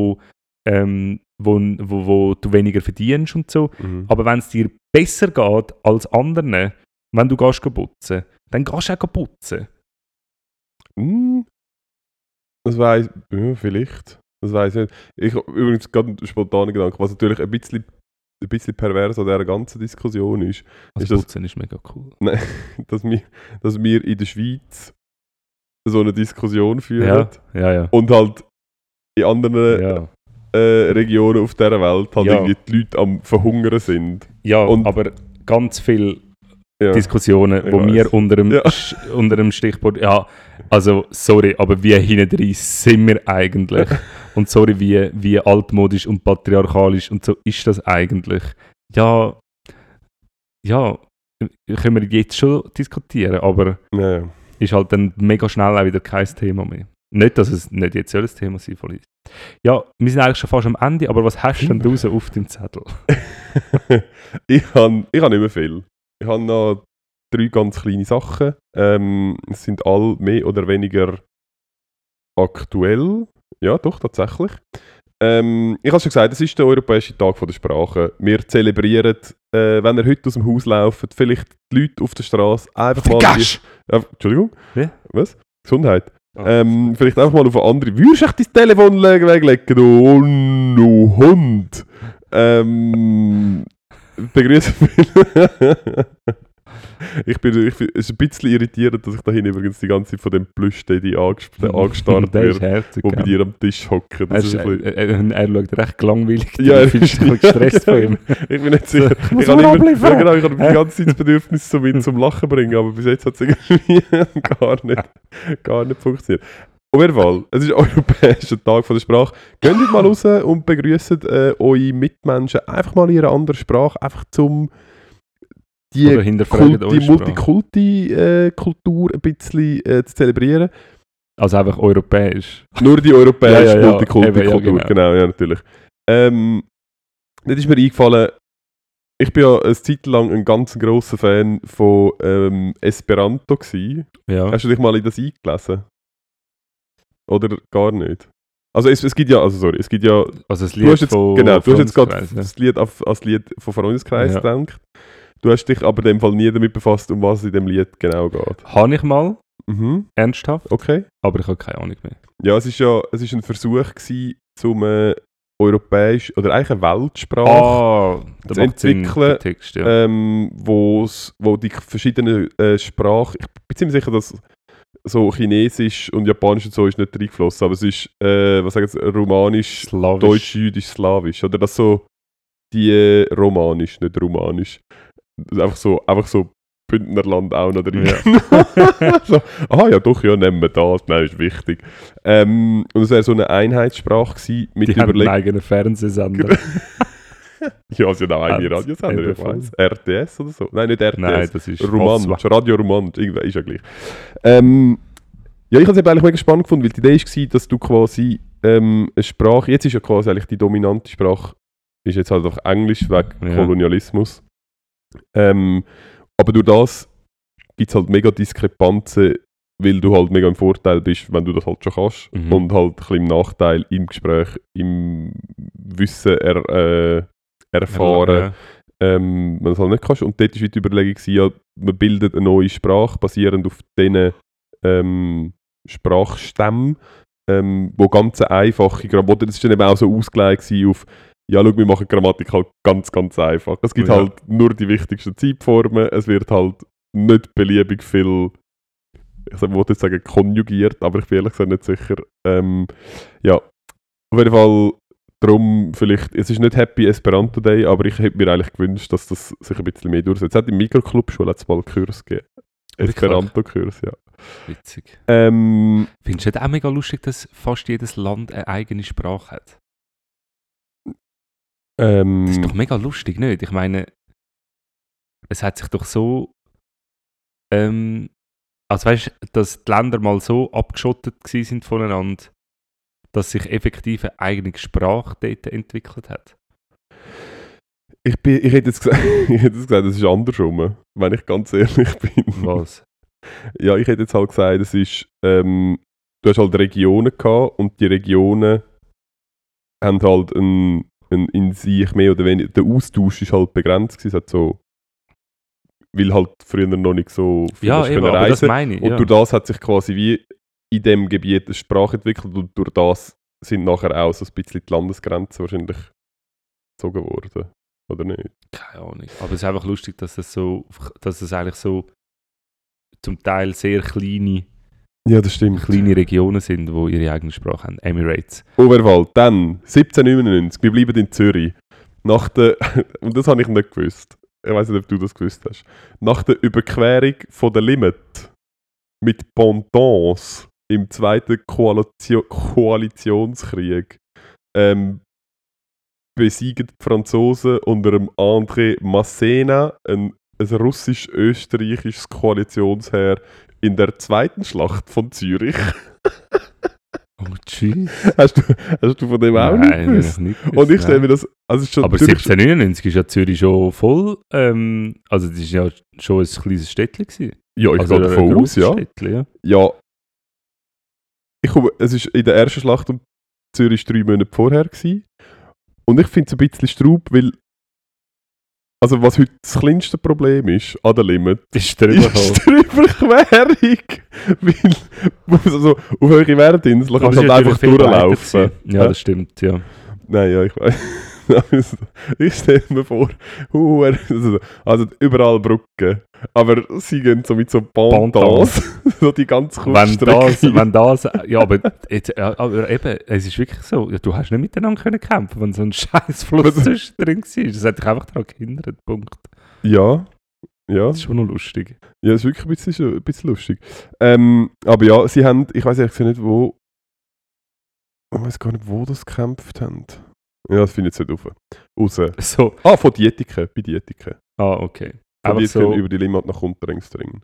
du weniger verdienst und so.
Mhm.
Aber wenn es dir besser geht als anderen, wenn du gehst putzen, dann gehst du auch putzen.
Das weiss ja, vielleicht. Das weiss ich nicht. Ich habe übrigens gerade einen spontanen Gedanken, was natürlich ein bisschen pervers an dieser ganzen Diskussion ist.
Also
ist
putzen ist mega cool.
Nein, dass wir in der Schweiz so eine Diskussion führen
Ja.
und halt in anderen
Ja.
Regionen auf dieser Welt halt
Ja.
irgendwie die Leute am Verhungern sind.
Ja,
Und-
aber ganz viele
Ja.
Diskussionen,
Ich
wo wir
weiss.
unter dem,
Ja.
unter dem Stichwort, ja, also sorry, aber wie hinten drin sind wir eigentlich? Und sorry, wie altmodisch und patriarchalisch und so ist das eigentlich? Ja, können wir jetzt schon diskutieren, aber
Ja.
ist halt dann mega schnell auch wieder kein Thema mehr. Nicht, dass es nicht jetzt soll ein Thema sein soll. Ja, wir sind eigentlich schon fast am Ende, aber was hast du denn raus auf dem Zettel?
Ich habe nicht mehr viel. Ich habe noch 3 ganz kleine Sachen. Es sind alle mehr oder weniger aktuell. Ja, doch, tatsächlich. Ich habe schon gesagt, es ist der Europäische Tag der Sprache. Wir zelebrieren, wenn ihr heute aus dem Haus lauft, vielleicht die Leute auf der Straße einfach mal... Entschuldigung?
Wie?
Was? Gesundheit.
Ah.
Vielleicht einfach mal auf eine andere... Würdest du echt dein Telefon weglegen, du Hund? Begrüße Ich bin, es ist ein bisschen irritierend, dass ich dahin übrigens die ganze Zeit von dem Plüsch-Teddy angestarrt
Der ist
werde,
herzig.
wo bei dir am Tisch hockt. Das ist ein bisschen,
Er schaut recht langweilig.
Ja,
Du fühlst dich ein bisschen gestresst von ihm.
ich bin nicht sicher.
muss
Ich habe
mal
immer,
abliefern.
ja, genau, ich habe die ganze Zeit das Bedürfnis, ihn zum Lachen bringen, aber bis jetzt hat es irgendwie gar nicht funktioniert. Auf jeden Fall, es ist Europäischer Tag der Sprache. Geht mal raus und begrüßt eure Mitmenschen einfach mal in einer anderen Sprache, einfach zum
Oder hinterfragen
die Multikulti-Kultur ein bisschen zu zelebrieren.
Also einfach europäisch.
Nur die europäische
Ja.
Multikulti-Kultur,
Eben, ja,
genau, ja, natürlich. Nicht ist mir eingefallen, ich bin ja eine Zeit lang ein ganz grosser Fan von Esperanto gewesen.
Ja.
Hast du dich mal in das eingelesen? Oder gar nicht? Also es gibt ja, es gibt ja,
Also das
du
Lied
hast jetzt,
von
genau, du hast jetzt gerade
Freundeskreis,
das Lied als Lied von Freundeskreis
Ja.
gedacht. Du hast dich aber in dem Fall nie damit befasst, um was es in dem Lied genau geht.
Habe ich mal,
Mhm,
ernsthaft,
okay.
aber ich habe keine Ahnung mehr.
Ja, es ist ein Versuch gewesen, zum europäisch oder eigentlich eine Weltsprache
Da
zu
macht Sinn,
entwickeln,
der Text, ja.
wo die verschiedenen Sprachen, ich bin ziemlich sicher, dass so Chinesisch und Japanisch und so ist nicht reingeflossen, aber es ist, was sagen Sie, Romanisch,
Slawisch.
Deutsch, Jüdisch, Slawisch, oder das so die Romanisch, nicht Romanisch. Das ist einfach so Bündnerland auch noch drin.
Ja.
So, ja doch, ja, nehmen wir das, nein, ist wichtig. Und es wäre so eine Einheitssprache gewesen, mit
Die haben einen
Überlegung.
eigenen Fernsehsender.
Ja, sie haben auch eigene
Haben
Radiosender,
sie
ich weiss. RTS oder so. Nein, nicht RTS.
Nein, das ist
Romansch,
Oswald.
Radio Romansch, irgendwie ist ja gleich. Ja, ich habe es eben eigentlich mega spannend gefunden, weil die Idee war, dass du quasi eine Sprache, jetzt ist ja quasi eigentlich die dominante Sprache, ist jetzt halt auch Englisch wegen
Ja.
Kolonialismus. Aber durch das gibt es halt mega Diskrepanzen, weil du halt mega im Vorteil bist, wenn du das halt schon kannst.
Mhm.
Und halt ein bisschen im Nachteil im Gespräch, im Wissen erfahren, wenn du es halt nicht kannst. Und dort war die Überlegung, ja, man bildet eine neue Sprache, basierend auf diesen Sprachstämmen, wo ganz einfache Grammatik, das war dann eben auch so ausgelegt auf, ja, schau, wir machen Grammatik halt ganz, ganz einfach. Es gibt
Ja.
halt nur die wichtigsten Zeitformen, es wird halt nicht beliebig viel, ich wollte jetzt sagen konjugiert, aber ich bin ehrlich gesagt nicht sicher. Ja, auf jeden Fall darum vielleicht, es ist nicht Happy Esperanto Day, aber ich hätte mir eigentlich gewünscht, dass das sich ein bisschen mehr durchsetzt. Es hat im Mikroclub schon mal einen Kurs gegeben. Esperanto-Kurs, ja.
Witzig.
Ähm,
Findest du das auch mega lustig, dass fast jedes Land eine eigene Sprache hat? Das ist doch mega lustig, nicht? Ich meine, es hat sich doch so... also weißt du, dass die Länder mal so abgeschottet sind voneinander, dass sich effektiv eine eigene Sprache dort entwickelt hat.
ich hätte jetzt gesagt, das ist andersrum, wenn ich ganz ehrlich bin.
Was?
Ja, ich hätte jetzt halt gesagt, es ist, du hast halt Regionen gehabt und die Regionen haben halt in sich mehr oder weniger, der Austausch ist halt begrenzt gewesen, es hat so, weil halt früher noch nicht so viel
Ja,
hast
eben,
können
aber das
reisen.
meine ich.
Und
Ja.
durch das hat sich quasi wie in dem Gebiet eine Sprache entwickelt und durch das sind nachher auch so ein bisschen die Landesgrenzen wahrscheinlich gezogen worden. Oder nicht?
Keine Ahnung. Aber es ist einfach lustig, dass es eigentlich so zum Teil sehr kleine
Ja, das stimmt.
Regionen sind, die ihre eigene Sprache haben. Emirates.
Oberwald, dann 1799, wir bleiben in Zürich. Und das habe ich nicht gewusst. Ich weiß nicht, ob du das gewusst hast. Nach der Überquerung von der Limit mit Pontons im Zweiten Koalitionskrieg besiegen die Franzosen unter dem André Massena ein russisch-österreichisches Koalitionsheer in der zweiten Schlacht von Zürich.
Oh, tschüss.
Hast du von dem auch
Nein,
nicht
das
gewusst?
nicht gewusst,
Und ich stelle
nein.
mir das... Also es ist schon
Aber
Zürich-
1799 ist ja Zürich schon voll. Also, das war ja schon ein kleines Städtchen gewesen.
Ja, ich
Also
gehe davon
ein
aus, ja.
grosses Städtchen, ja.
Ja. Es ist in der ersten Schlacht um Zürich 3 Monate vorher gewesen. Und ich finde es ein bisschen Straub, weil... Also was heute das kleinste Problem ist an der Limit,
Ist drüber
ist die Überquerung. Weil also, auf welche Wertinsel kannst du halt einfach durchlaufen.
Ja, das stimmt, ja.
Nein, ja, ich weiß. Ich stelle mir vor, also überall Brücken, aber sie gehen so mit so Pontons, so die ganz kurze Strecke.
Ja, aber eben, es ist wirklich so, ja, du hast nicht miteinander können kämpfen, wenn so ein scheiß Fluss zwischendrin war. Das hat dich einfach daran gehindert, Punkt.
Ja.
Das ist schon noch lustig.
Ja, das ist wirklich ein bisschen lustig. Aber ja, sie haben, ich weiß ehrlich gesagt nicht, wo, ich weiß gar nicht, wo das gekämpft haben. Ja, das finde ich jetzt nicht raus.
So.
Von Dietike, bei Dietike.
Okay.
Von
Einfach
Dietike
so,
über die Limmat nach Unterengstring.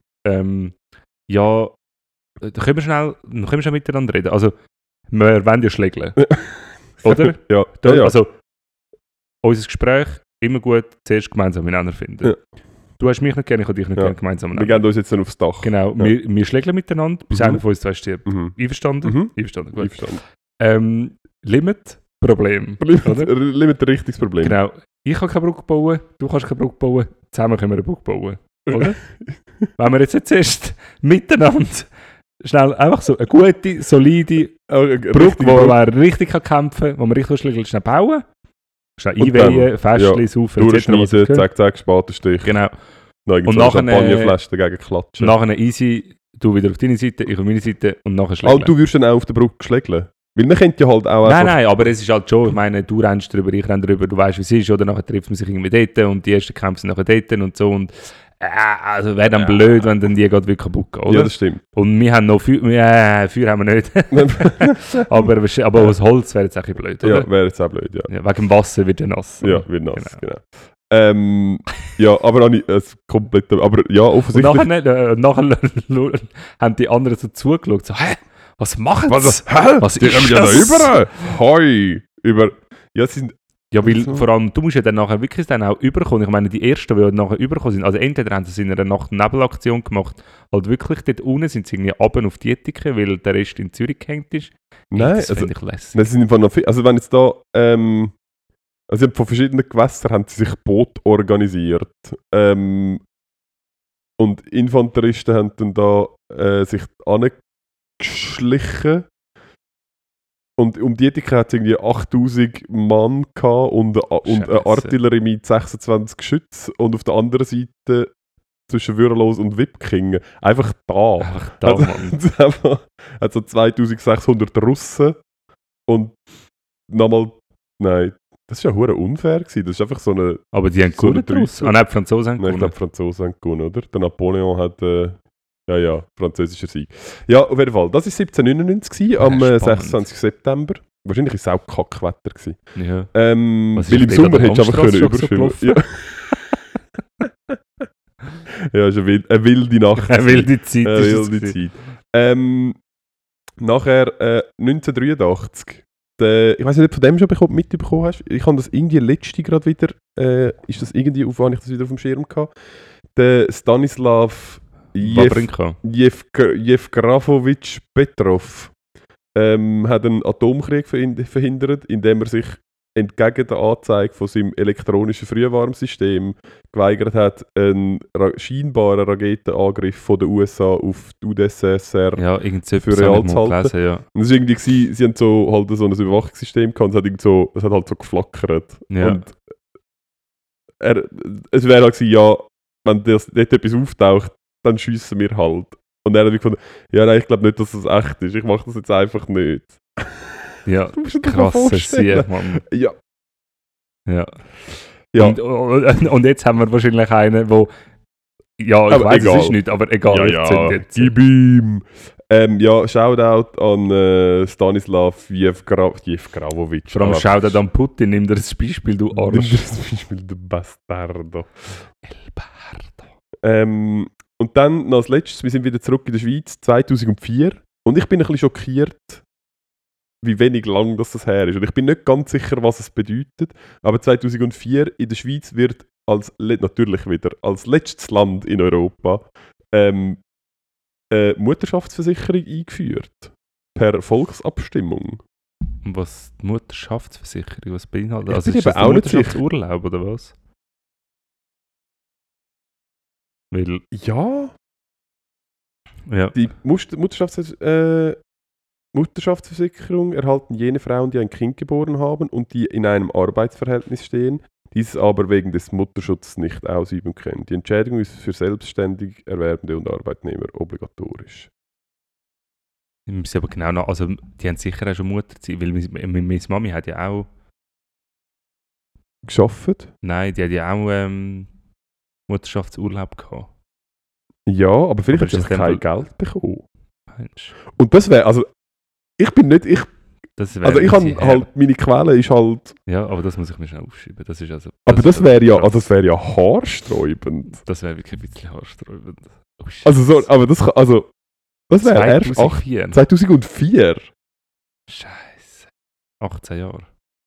ja, da können wir schon miteinander reden. Also, wir wollen ja schlägeln. Oder?
Ja.
Also, unser Gespräch, immer gut, zuerst gemeinsam miteinander finden.
Ja.
Du hast mich nicht gerne, ich habe dich nicht gerne gemeinsam
Wir
miteinander.
gehen uns jetzt dann aufs Dach.
Genau,
Ja.
wir schlägeln miteinander, bis einer von uns zwei stirbt.
Mhm.
Einverstanden?
Mhm.
Einverstanden, gut.
Einverstanden.
Limit, Problem. Oder?
Limit ein richtiges Problem.
Genau. Ich kann keine Brücke bauen, du kannst keine Brücke bauen, zusammen können wir eine Brücke bauen. Oder? Wenn wir jetzt zuerst miteinander schnell einfach so eine gute, solide Brücke, wo man richtig kämpfen kann, wo man richtig schlägt, schnell bauen. Schnell
Und
einweihen,
dann,
Festchen, saufen,
Durchschneiden, zack, Spatenstich.
Genau.
Und
Und
nachher
nachher,
Champagnerflasche dagegen klatschen.
Nachher easy, du wieder auf deine Seite, ich auf meine Seite und nachher schlägeln.
Und du würdest dann auch auf der Brücke schlägeln? Weil man könnte ja halt auch
Nein, aber es ist halt schon, ich meine, du rennst drüber, ich renne drüber, du weißt, wie es ist, oder nachher trifft man sich irgendwie dort und die ersten kämpfen nachher dort und so und also wäre dann blöd, wenn dann die gerade wirklich kaputt gehen, oder?
Ja, das stimmt.
Und wir haben noch Feuer, Feuer haben wir nicht. aber das Holz wäre jetzt auch ein bisschen blöd, oder?
Ja, wäre jetzt auch blöd, ja.
Ja, wegen dem Wasser wird er nass.
Ja, wird nass, genau. Ja, aber auch nicht komplett, aber ja,
Und
offensichtlich...
nachher haben die anderen so zugeschaut, so, hä? Was machen sie? Was
Die
ist
kommen ja
das?
da über! Hoi! Ja, sie sind...
Ja, weil
so.
vor allem, du musst ja dann nachher wirklich dann auch überkommen. Ich meine, die ersten, die nachher überkommen sind, also entweder haben sie es in einer Nacht-Nebelaktion gemacht, halt wirklich dort unten sind sie irgendwie runter auf die Dietike, weil der Rest in Zürich gehängt ist.
Nein,
Das
also,
finde ich lässig.
das sind einfach noch viel, also wenn jetzt da, also von verschiedenen Gewässern haben sie sich Boot organisiert. Und Infanteristen haben dann da sich angeschlichen. Und um die Ecke hat es irgendwie 8000 Mann gehabt und eine
Scheisse.
Artillerie mit 26 Geschützen. Und auf der anderen Seite zwischen Würelos und Wipkingen einfach da.
Einfach da,
Also,
Mann.
hat so 2600 Russen und nochmal, nein, das war ja hure unfair gewesen. Das ist einfach so eine,
Aber die haben
so
gewonnen
eine
draus. Nein, die Franzosen haben
nein, ich
gewonnen.
glaube, die Franzosen haben gewonnen, oder? Der Napoleon hat Ja, französischer Sieg. Ja, auf jeden Fall. Das war 1799 am
Spannend.
26. September. Wahrscheinlich war es auch Kackwetter.
Ja. Was
Weil im
ist
Sommer
denn
hättest du einfach
an der
können
Amtsstrasse
überschwimmen. Ja, es war eine wilde Nacht.
Eine wilde Zeit.
Eine
ist es
wilde
gewesen.
Zeit. Nachher 1983. Ich weiß nicht, ob du von dem schon mitbekommen hast. Ich habe das irgendwie letzte gerade wieder. Ist das irgendwie auf, wann ich das wieder auf dem Schirm hatte? Der Stanislav
Wawrinka.
Jevgrafowitsch Petrov hat einen Atomkrieg verhindert, indem er sich entgegen der Anzeige von seinem elektronischen Frühwarnsystem geweigert hat, einen scheinbaren Raketenangriff von den USA auf die UdSSR
Ja, irgendwie
für real zu halten.
gelesen, ja.
Und es war irgendwie, sie haben so halt so ein Überwachungssystem gehabt, es hat halt so geflackert.
Ja.
Und es wäre halt gewesen, ja, wenn dort etwas auftaucht, dann schiessen wir halt. Und er hat gefunden, ja nein, ich glaube nicht, dass das echt ist, ich mache das jetzt einfach nicht.
Ja,
Du musst dir das mal
krasser
vorstellen.
Sieg, Mann.
Ja.
Ja.
Ja.
Und jetzt haben wir wahrscheinlich einen, wo... Ja, ich
Aber
weiß,
egal.
es ist nicht, aber egal.
Ja,
ich zünde jetzt.
gib ihm! Ja, Shoutout an Stanislav Jevgrafowitsch.
Vor allem Shoutout an Putin, nimm dir das Beispiel, du
Nimm dir
Arsch.
das Beispiel, der Bastardo.
El Bardo.
Und dann noch als letztes, wir sind wieder zurück in der Schweiz, 2004. Und ich bin ein bisschen schockiert, wie wenig lang das her ist. Und ich bin nicht ganz sicher, was es bedeutet. Aber 2004 in der Schweiz wird natürlich wieder als letztes Land in Europa Mutterschaftsversicherung eingeführt. Per Volksabstimmung.
Und was die Mutterschaftsversicherung, was beinhaltet?
Ich
Also
bin
ist
eben
das
auch
der
nicht sicher.
Mutterschaftsurlaub oder was? Weil,
Ja,
ja.
die Mutterschaftsversicherung erhalten jene Frauen, die ein Kind geboren haben und die in einem Arbeitsverhältnis stehen, dieses aber wegen des Mutterschutzes nicht ausüben können. Die Entschädigung ist für selbstständig Erwerbende und Arbeitnehmer obligatorisch.
Ich muss aber genau noch, also die haben sicher auch schon Mutterzeit, weil meine Mami hat ja auch,
Geschafft?
nein, die hat ja auch Mutterschaftsurlaub gehabt.
Ja, aber vielleicht
Aber
hat sie
ist das
kein
dann
Geld bekommen.
Mensch,
Und das wäre, also ich bin nicht,
das wäre
also ich habe
easy,
halt, meine Quelle ist halt,
ja, aber das muss ich mir schnell aufschreiben. Das ist also,
aber das
ist
wäre ja,
krass.
also das wäre ja haarsträubend.
Das wäre wirklich ein bisschen haarsträubend. Oh, shit.
Also so, aber das wäre erst 2004.
Scheiße. 18 Jahre.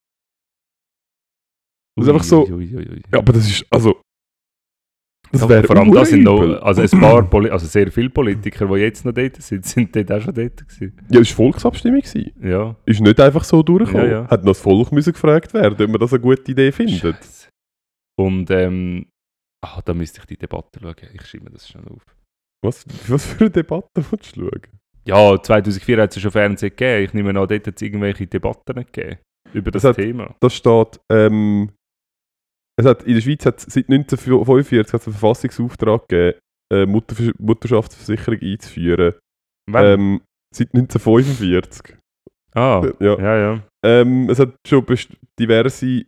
Das ist einfach so-
Ui.
Ja, aber das ist, also das
Ja,
wäre
vor allem das sind noch,
urübel.
also ein paar also sehr viele Politiker, die jetzt noch dort sind dort auch schon dort gewesen.
Ja, es war Volksabstimmung.
Ja.
Ist nicht einfach so durchgekommen.
Ja, ja.
Hat noch das Volk müssen gefragt werden, ob man das eine gute Idee findet.
Scheiße. Und da müsste ich die Debatte schauen. Ich schreibe mir das schnell auf.
Was für eine Debatte willst du schauen?
Ja, 2004 hat es ja schon Fernsehen gegeben. Ich nehme an, dort hat es irgendwelche Debatten gegeben über das Thema.
Das steht, in der Schweiz hat es seit 1945 hat's einen Verfassungsauftrag gegeben, Mutterschaftsversicherung einzuführen.
Wann?
Seit 1945. Ja.
ja.
Es hat schon diverse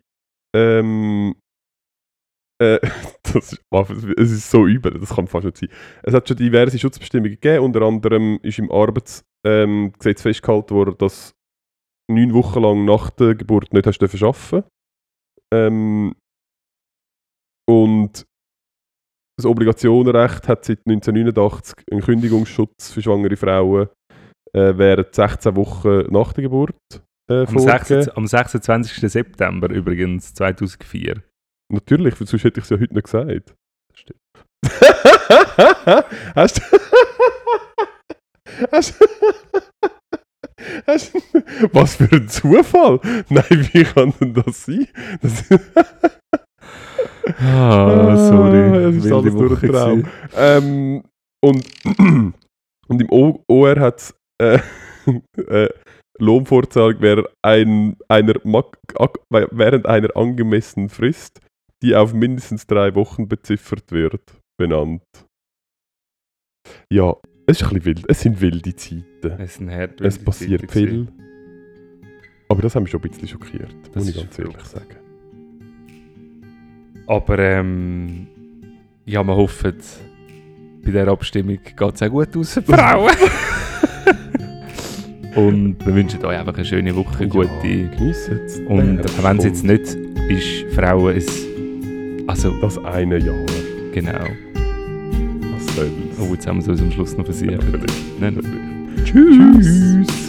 es ist so übel, das kann fast nicht sein. Es hat schon diverse Schutzbestimmungen gegeben, unter anderem ist im Arbeitsgesetz festgehalten worden, dass 9 Wochen lang nach der Geburt nicht hast dürfen arbeiten. Und das Obligationenrecht hat seit 1989 einen Kündigungsschutz für schwangere Frauen während 16 Wochen nach der Geburt vorgegeben.
Am 26. September übrigens 2004.
Natürlich, sonst hätte ich es ja heute nicht gesagt.
Das stimmt.
Was für ein Zufall! Nein, wie kann denn das sein?
Sorry.
Das ist
Wilde
alles nur ein
Woche
Traum.
gewesen.
Und im OR hat es Lohnfortzahlung während einer angemessenen Frist, die auf mindestens 3 Wochen beziffert wird, benannt. Ja, es ist ein bisschen wild. Es sind wilde Zeiten. Es passiert viel. Aber das hat mich schon ein bisschen schockiert,
Das
muss ich
ist
ganz ehrlich
verrückt.
sagen.
Aber ja, wir hoffen, bei dieser Abstimmung geht es auch gut aus für die Frauen. Und wir wünschen euch einfach eine schöne Woche, gute...
Geniessen es.
Und auch wenn es jetzt nicht ist, Frauen es... Also...
Das eine Jahr.
Genau.
Was soll's?
Oh, jetzt haben wir es uns am Schluss noch versichert.
Natürlich.
Nein.
Tschüss.